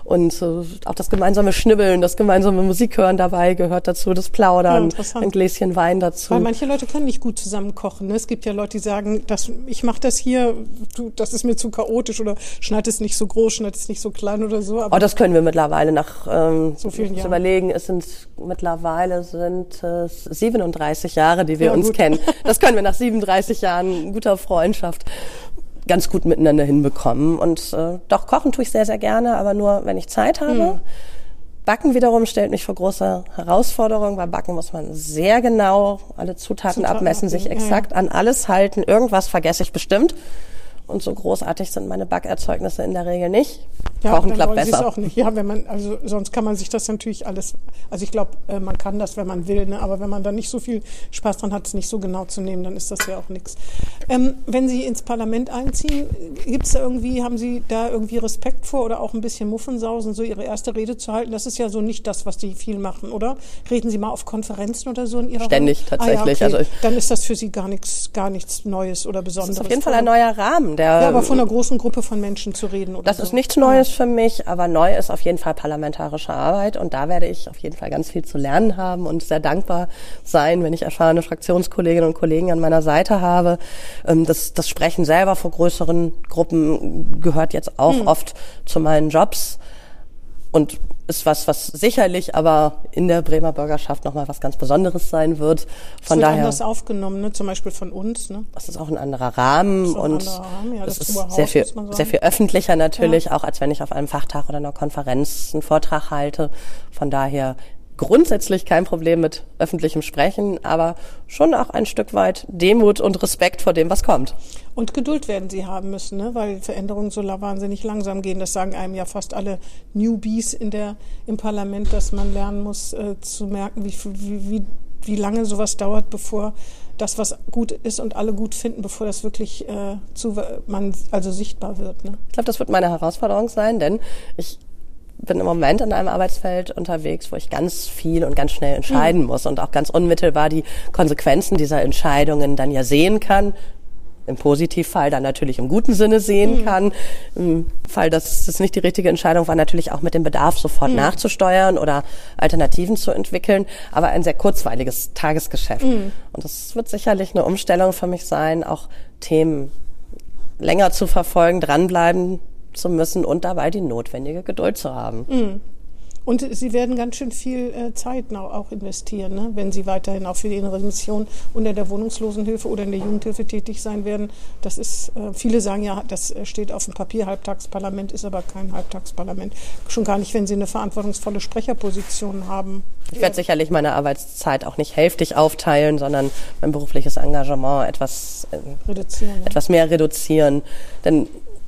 Und äh, auch das gemeinsame Schnibbeln, das gemeinsame Musik hören dabei gehört dazu, das Plaudern, ja, ein Gläschen Wein dazu. Weil manche Leute können nicht gut zusammen kochen. Ne? Es gibt ja Leute, die sagen, das, ich mache das hier, du, das ist mir zu chaotisch oder schneid es nicht so groß, schneid es nicht so klein oder so. Aber oh, das können wir mittlerweile nach ähm, so vielen Jahren. Überlegen. Es sind mittlerweile sind äh, siebenunddreißig Jahre, die wir ja, uns gut. kennen. Das können wir nach siebenunddreißig Jahren guter Freundschaft ganz gut miteinander hinbekommen. Und äh, doch, kochen tue ich sehr, sehr gerne, aber nur, wenn ich Zeit habe. Mhm. Backen wiederum stellt mich vor große Herausforderungen. Bei Backen muss man sehr genau alle Zutaten, Zutaten abmessen, abnehmen. sich exakt ja, ja. an alles halten. Irgendwas vergesse ich bestimmt. Und so großartig sind meine Backerzeugnisse in der Regel nicht. Ja, Kochen dann klappt wollen Sie besser. es auch nicht. Ja, wenn man, also sonst kann man sich das natürlich alles, also ich glaube, man kann das, wenn man will, ne? Aber wenn man da nicht so viel Spaß dran hat, es nicht so genau zu nehmen, dann ist das ja auch nichts. Ähm, wenn Sie ins Parlament einziehen, gibt es da irgendwie, haben Sie da irgendwie Respekt vor oder auch ein bisschen Muffensausen, so Ihre erste Rede zu halten? Das ist ja so nicht das, was die viel machen, oder? Reden Sie mal auf Konferenzen oder so in Ihrer Ständig, Rolle? tatsächlich. Ah, ja, okay. Also dann ist das für Sie gar nichts, gar nichts Neues oder Besonderes. Das ist auf jeden Fall ein neuer Rahmen. Der, ja, aber von einer großen Gruppe von Menschen zu reden. Oder das so. ist nichts Neues für mich, aber neu ist auf jeden Fall parlamentarische Arbeit und da werde ich auf jeden Fall ganz viel zu lernen haben und sehr dankbar sein, wenn ich erfahrene Fraktionskolleginnen und Kollegen an meiner Seite habe. Das, das Sprechen selber vor größeren Gruppen gehört jetzt auch hm. oft zu meinen Jobs und ist was, was sicherlich aber in der Bremer Bürgerschaft nochmal was ganz Besonderes sein wird. Von das wird daher anders aufgenommen, ne? Zum Beispiel von uns. Ne? Das ist auch ein anderer Rahmen das ist und ein anderer Rahmen. Ja, das, das ist ist sehr viel, sehr viel öffentlicher natürlich, ja. auch als wenn ich auf einem Fachtag oder einer Konferenz einen Vortrag halte. Von daher grundsätzlich kein Problem mit öffentlichem Sprechen, aber schon auch ein Stück weit Demut und Respekt vor dem, was kommt. Und Geduld werden Sie haben müssen, ne? Weil Veränderungen so wahnsinnig langsam gehen. Das sagen einem ja fast alle Newbies in der, im Parlament, dass man lernen muss, äh, zu merken, wie, wie, wie, wie lange sowas dauert, bevor das, was gut ist und alle gut finden, bevor das wirklich äh, zu, man, also sichtbar wird. Ne? Ich glaube, das wird meine Herausforderung sein, denn ich bin im Moment in einem Arbeitsfeld unterwegs, wo ich ganz viel und ganz schnell entscheiden mhm. muss und auch ganz unmittelbar die Konsequenzen dieser Entscheidungen dann ja sehen kann. Im Positivfall dann natürlich im guten Sinne sehen mhm. kann. Im Fall, dass es nicht die richtige Entscheidung war, natürlich auch mit dem Bedarf sofort mhm. nachzusteuern oder Alternativen zu entwickeln. Aber ein sehr kurzweiliges Tagesgeschäft. Mhm. Und das wird sicherlich eine Umstellung für mich sein, auch Themen länger zu verfolgen, dranbleiben zu müssen und dabei die notwendige Geduld zu haben. Mhm. Und Sie werden ganz schön viel äh, Zeit auch investieren, ne? Wenn Sie weiterhin auch für die innere Mission unter der Wohnungslosenhilfe oder in der Jugendhilfe tätig sein werden. Das ist, äh, viele sagen ja, das steht auf dem Papier, Halbtagsparlament, ist aber kein Halbtagsparlament. Schon gar nicht, wenn Sie eine verantwortungsvolle Sprecherposition haben. Ich werde sicherlich meine Arbeitszeit auch nicht hälftig aufteilen, sondern mein berufliches Engagement etwas, äh, reduzieren, ja. etwas mehr reduzieren. Denn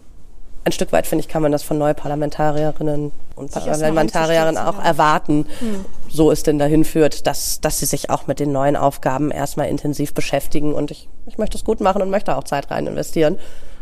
ein Stück weit, finde ich, kann man das von Neuparlamentarierinnen und sich Parlamentarierinnen auch ja. erwarten, hm. so es denn dahin führt, dass, dass sie sich auch mit den neuen Aufgaben erstmal intensiv beschäftigen. Und ich, ich möchte es gut machen und möchte auch Zeit rein investieren.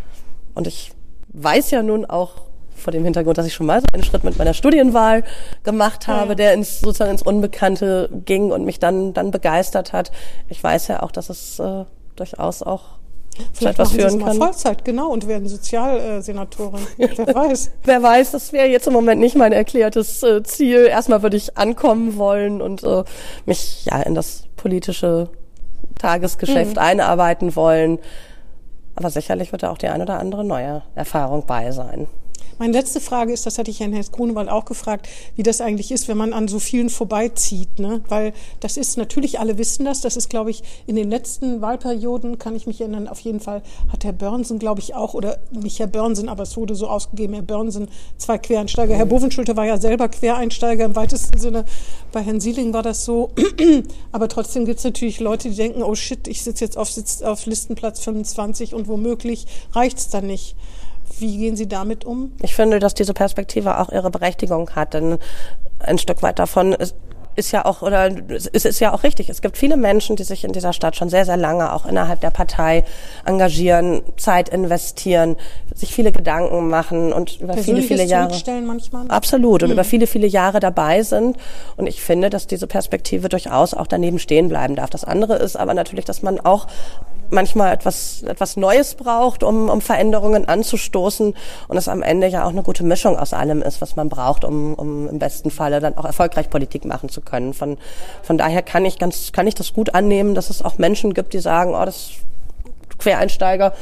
Und ich weiß ja nun auch vor dem Hintergrund, dass ich schon mal so einen Schritt mit meiner Studienwahl gemacht habe, ja, ja. der ins, sozusagen ins Unbekannte ging und mich dann, dann begeistert hat. Ich weiß ja auch, dass es äh, durchaus auch Vielleicht machen Sie es mal Vollzeit, genau, und werden Sozialsenatorin. Wer weiß. Wer weiß, das wäre jetzt im Moment nicht mein erklärtes äh, Ziel. Erstmal würde ich ankommen wollen und äh, mich ja in das politische Tagesgeschäft mhm. einarbeiten wollen. Aber sicherlich wird da auch die ein oder andere neue Erfahrung bei sein. Meine letzte Frage ist, das hatte ich Herrn Hess-Grunewald auch gefragt, wie das eigentlich ist, wenn man an so vielen vorbeizieht, ne? Weil das ist natürlich, alle wissen das, das ist, glaube ich, in den letzten Wahlperioden, kann ich mich erinnern, auf jeden Fall hat Herr Börnsen, glaube ich, auch, oder nicht Herr Börnsen, aber es wurde so ausgegeben, Herr Börnsen, zwei Quereinsteiger. Mhm. Herr Bovenschulte war ja selber Quereinsteiger im weitesten Sinne, bei Herrn Sieling war das so, aber trotzdem gibt es natürlich Leute, die denken, oh shit, ich sitze jetzt auf, sitz auf Listenplatz fünfundzwanzig und womöglich reicht's dann nicht. Wie gehen Sie damit um? Ich finde, dass diese Perspektive auch ihre Berechtigung hat, denn ein Stück weit davon ist, ist ja auch, oder es ist ja auch richtig. Es gibt viele Menschen, die sich in dieser Stadt schon sehr, sehr lange auch innerhalb der Partei engagieren, Zeit investieren, sich viele Gedanken machen und über viele, viele Jahre zurückstellen manchmal. Absolut und mhm. über viele, viele Jahre dabei sind. Und ich finde, dass diese Perspektive durchaus auch daneben stehen bleiben darf. Das andere ist aber natürlich, dass man auch manchmal etwas etwas Neues braucht, um um Veränderungen anzustoßen und es am Ende ja auch eine gute Mischung aus allem ist, was man braucht, um um im besten Falle dann auch erfolgreich Politik machen zu können. Von von daher kann ich ganz kann ich das gut annehmen, dass es auch Menschen gibt, die sagen, oh, das Quereinsteiger,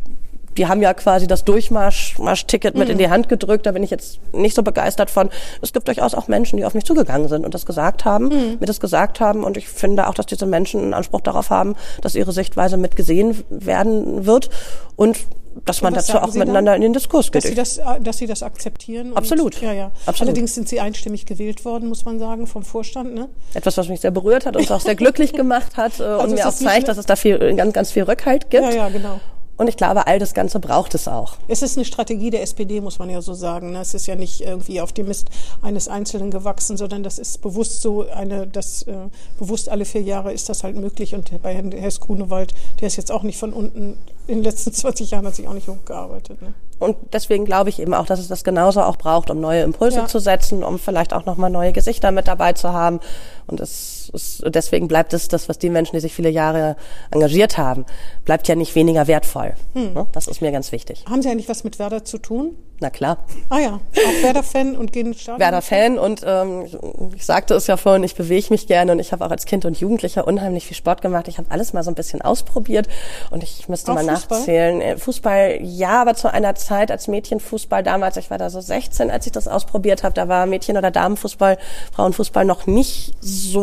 die haben ja quasi das Durchmarsch-Ticket mit mhm. in die Hand gedrückt, da bin ich jetzt nicht so begeistert von. Es gibt durchaus auch Menschen, die auf mich zugegangen sind und das gesagt haben, mhm. mir das gesagt haben und ich finde auch, dass diese Menschen einen Anspruch darauf haben, dass ihre Sichtweise mit gesehen werden wird und dass man dazu auch miteinander dann in den Diskurs geht. Dass Sie das, dass Sie das akzeptieren? Absolut. Und, ja, ja. Absolut. Allerdings sind Sie einstimmig gewählt worden, muss man sagen, vom Vorstand, ne? Etwas, was mich sehr berührt hat und auch sehr glücklich gemacht hat also und mir auch zeigt, dass es da viel, ganz, ganz viel Rückhalt gibt. Ja, ja, genau. Und ich glaube, all das Ganze braucht es auch. Es ist eine Strategie der S P D, muss man ja so sagen. Es ist ja nicht irgendwie auf dem Mist eines Einzelnen gewachsen, sondern das ist bewusst so eine, das äh, bewusst alle vier Jahre ist das halt möglich. Und bei Herrn Hess-Grunewald, der ist jetzt auch nicht von unten, in den letzten zwanzig Jahren hat sich auch nicht hochgearbeitet. Ne? Und deswegen glaube ich eben auch, dass es das genauso auch braucht, um neue Impulse ja. zu setzen, um vielleicht auch nochmal neue Gesichter mit dabei zu haben. Und es ist, deswegen bleibt es das, was die Menschen, die sich viele Jahre engagiert haben, bleibt ja nicht weniger wertvoll. Hm. Das ist mir ganz wichtig. Haben Sie eigentlich was mit Werder zu tun? Na klar. Ah ja, auch Werder-Fan und gehen ins Stadion? Werder-Fan und ähm, ich sagte es ja vorhin, ich bewege mich gerne und ich habe auch als Kind und Jugendlicher unheimlich viel Sport gemacht. Ich habe alles mal so ein bisschen ausprobiert und ich müsste auch mal Fußball? nachzählen. Fußball, ja, aber zu einer Zeit als Mädchenfußball damals, ich war da so sechzehn, als ich das ausprobiert habe, da war Mädchen- oder Damenfußball, Frauenfußball noch nicht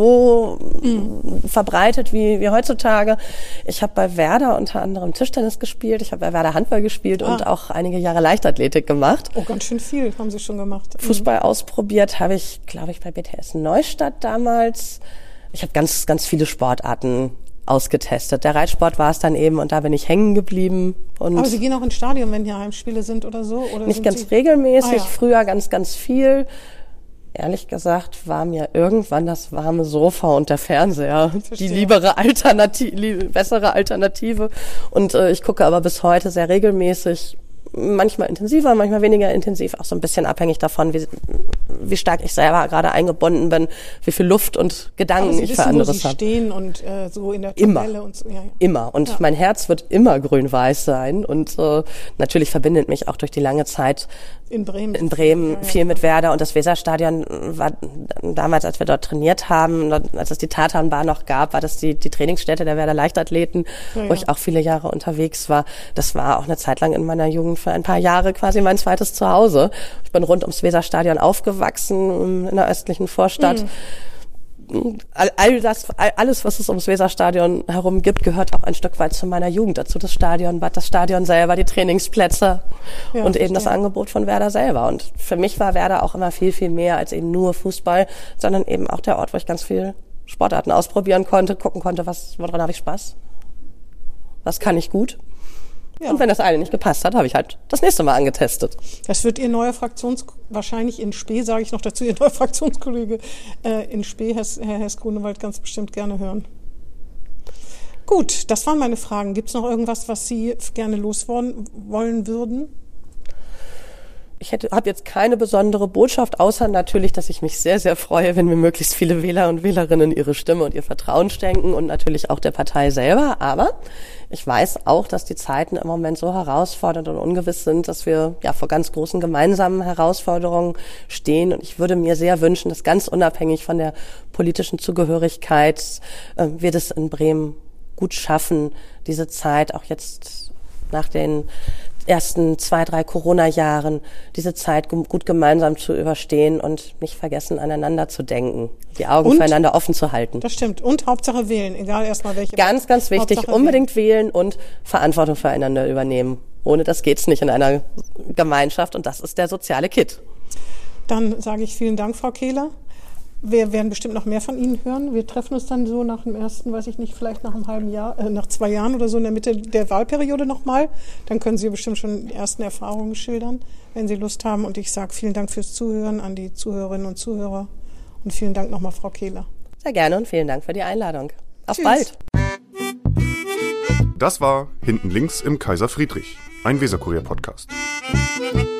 so mhm. verbreitet wie, wie heutzutage. Ich habe bei Werder unter anderem Tischtennis gespielt, ich habe bei Werder Handball gespielt ah. und auch einige Jahre Leichtathletik gemacht. Oh, ganz schön viel haben Sie schon gemacht. Fußball mhm. ausprobiert habe ich, glaube ich, bei B T S Neustadt damals. Ich habe ganz, ganz viele Sportarten ausgetestet. Der Reitsport war es dann eben und da bin ich hängen geblieben. Und aber Sie gehen auch ins Stadion, wenn hier Heimspiele sind oder so? Oder nicht sind ganz Sie regelmäßig, ah, ja. früher ganz, ganz viel. Ehrlich gesagt war mir irgendwann das warme Sofa und der Fernseher die liebere Alternative, bessere Alternative. Und äh, ich gucke aber bis heute sehr regelmäßig, manchmal intensiver, manchmal weniger intensiv, auch so ein bisschen abhängig davon, wie, wie stark ich selber gerade eingebunden bin, wie viel Luft und Gedanken Sie ich wissen, für anderes habe. Sie stehen und äh, so in der Immer. Tabelle und so. Ja, ja. Immer. Und ja. mein Herz wird immer grün-weiß sein und äh, natürlich verbindet mich auch durch die lange Zeit in Bremen, in Bremen ja, ja. viel mit Werder und das Weserstadion war damals, als wir dort trainiert haben, als es die Tatanbahn noch gab, war das die, die Trainingsstätte der Werder Leichtathleten, ja, ja. wo ich auch viele Jahre unterwegs war. Das war auch eine Zeit lang in meiner Jugend für ein paar Jahre quasi mein zweites Zuhause. Ich bin rund ums Weserstadion aufgewachsen in der östlichen Vorstadt. Mhm. All, all das, all, alles, was es ums Weserstadion herum gibt, gehört auch ein Stück weit zu meiner Jugend dazu. Das Stadionbad, das Stadion selber, die Trainingsplätze ja, und eben das Angebot von Werder selber. Und für mich war Werder auch immer viel, viel mehr als eben nur Fußball, sondern eben auch der Ort, wo ich ganz viel Sportarten ausprobieren konnte, gucken konnte, was, woran habe ich Spaß, was kann ich gut. Ja. Und wenn das eine nicht gepasst hat, habe ich halt das nächste Mal angetestet. Das wird Ihr neuer Fraktions, wahrscheinlich in Spee, sage ich noch dazu, Ihr neuer Fraktionskollege äh, in Spee, Herr, Herr Hess-Grunewald, ganz bestimmt gerne hören. Gut, das waren meine Fragen. Gibt es noch irgendwas, was Sie gerne loswerden wollen würden? Ich hätte, habe jetzt keine besondere Botschaft, außer natürlich, dass ich mich sehr, sehr freue, wenn mir möglichst viele Wähler und Wählerinnen ihre Stimme und ihr Vertrauen schenken und natürlich auch der Partei selber. Aber ich weiß auch, dass die Zeiten im Moment so herausfordernd und ungewiss sind, dass wir ja vor ganz großen gemeinsamen Herausforderungen stehen. Und ich würde mir sehr wünschen, dass ganz unabhängig von der politischen Zugehörigkeit äh, wir das in Bremen gut schaffen, diese Zeit auch jetzt nach den ersten zwei, drei Corona-Jahren diese Zeit gut gemeinsam zu überstehen und nicht vergessen, aneinander zu denken, die Augen und, füreinander offen zu halten. Das stimmt. Und Hauptsache wählen, egal erstmal welche. Ganz, ganz wichtig, Hauptsache unbedingt wählen. wählen und Verantwortung füreinander übernehmen. Ohne das geht's nicht in einer Gemeinschaft und das ist der soziale Kit. Dann sage ich vielen Dank, Frau Kehler. Wir werden bestimmt noch mehr von Ihnen hören. Wir treffen uns dann so nach dem ersten, weiß ich nicht, vielleicht nach einem halben Jahr, äh, nach zwei Jahren oder so in der Mitte der Wahlperiode nochmal. Dann können Sie bestimmt schon die ersten Erfahrungen schildern, wenn Sie Lust haben. Und ich sage vielen Dank fürs Zuhören an die Zuhörerinnen und Zuhörer. Und vielen Dank nochmal, Frau Kehler. Sehr gerne und vielen Dank für die Einladung. Auf Tschüss. Bald. Das war Hinten links im Kaiser Friedrich, ein Weserkurier-Podcast.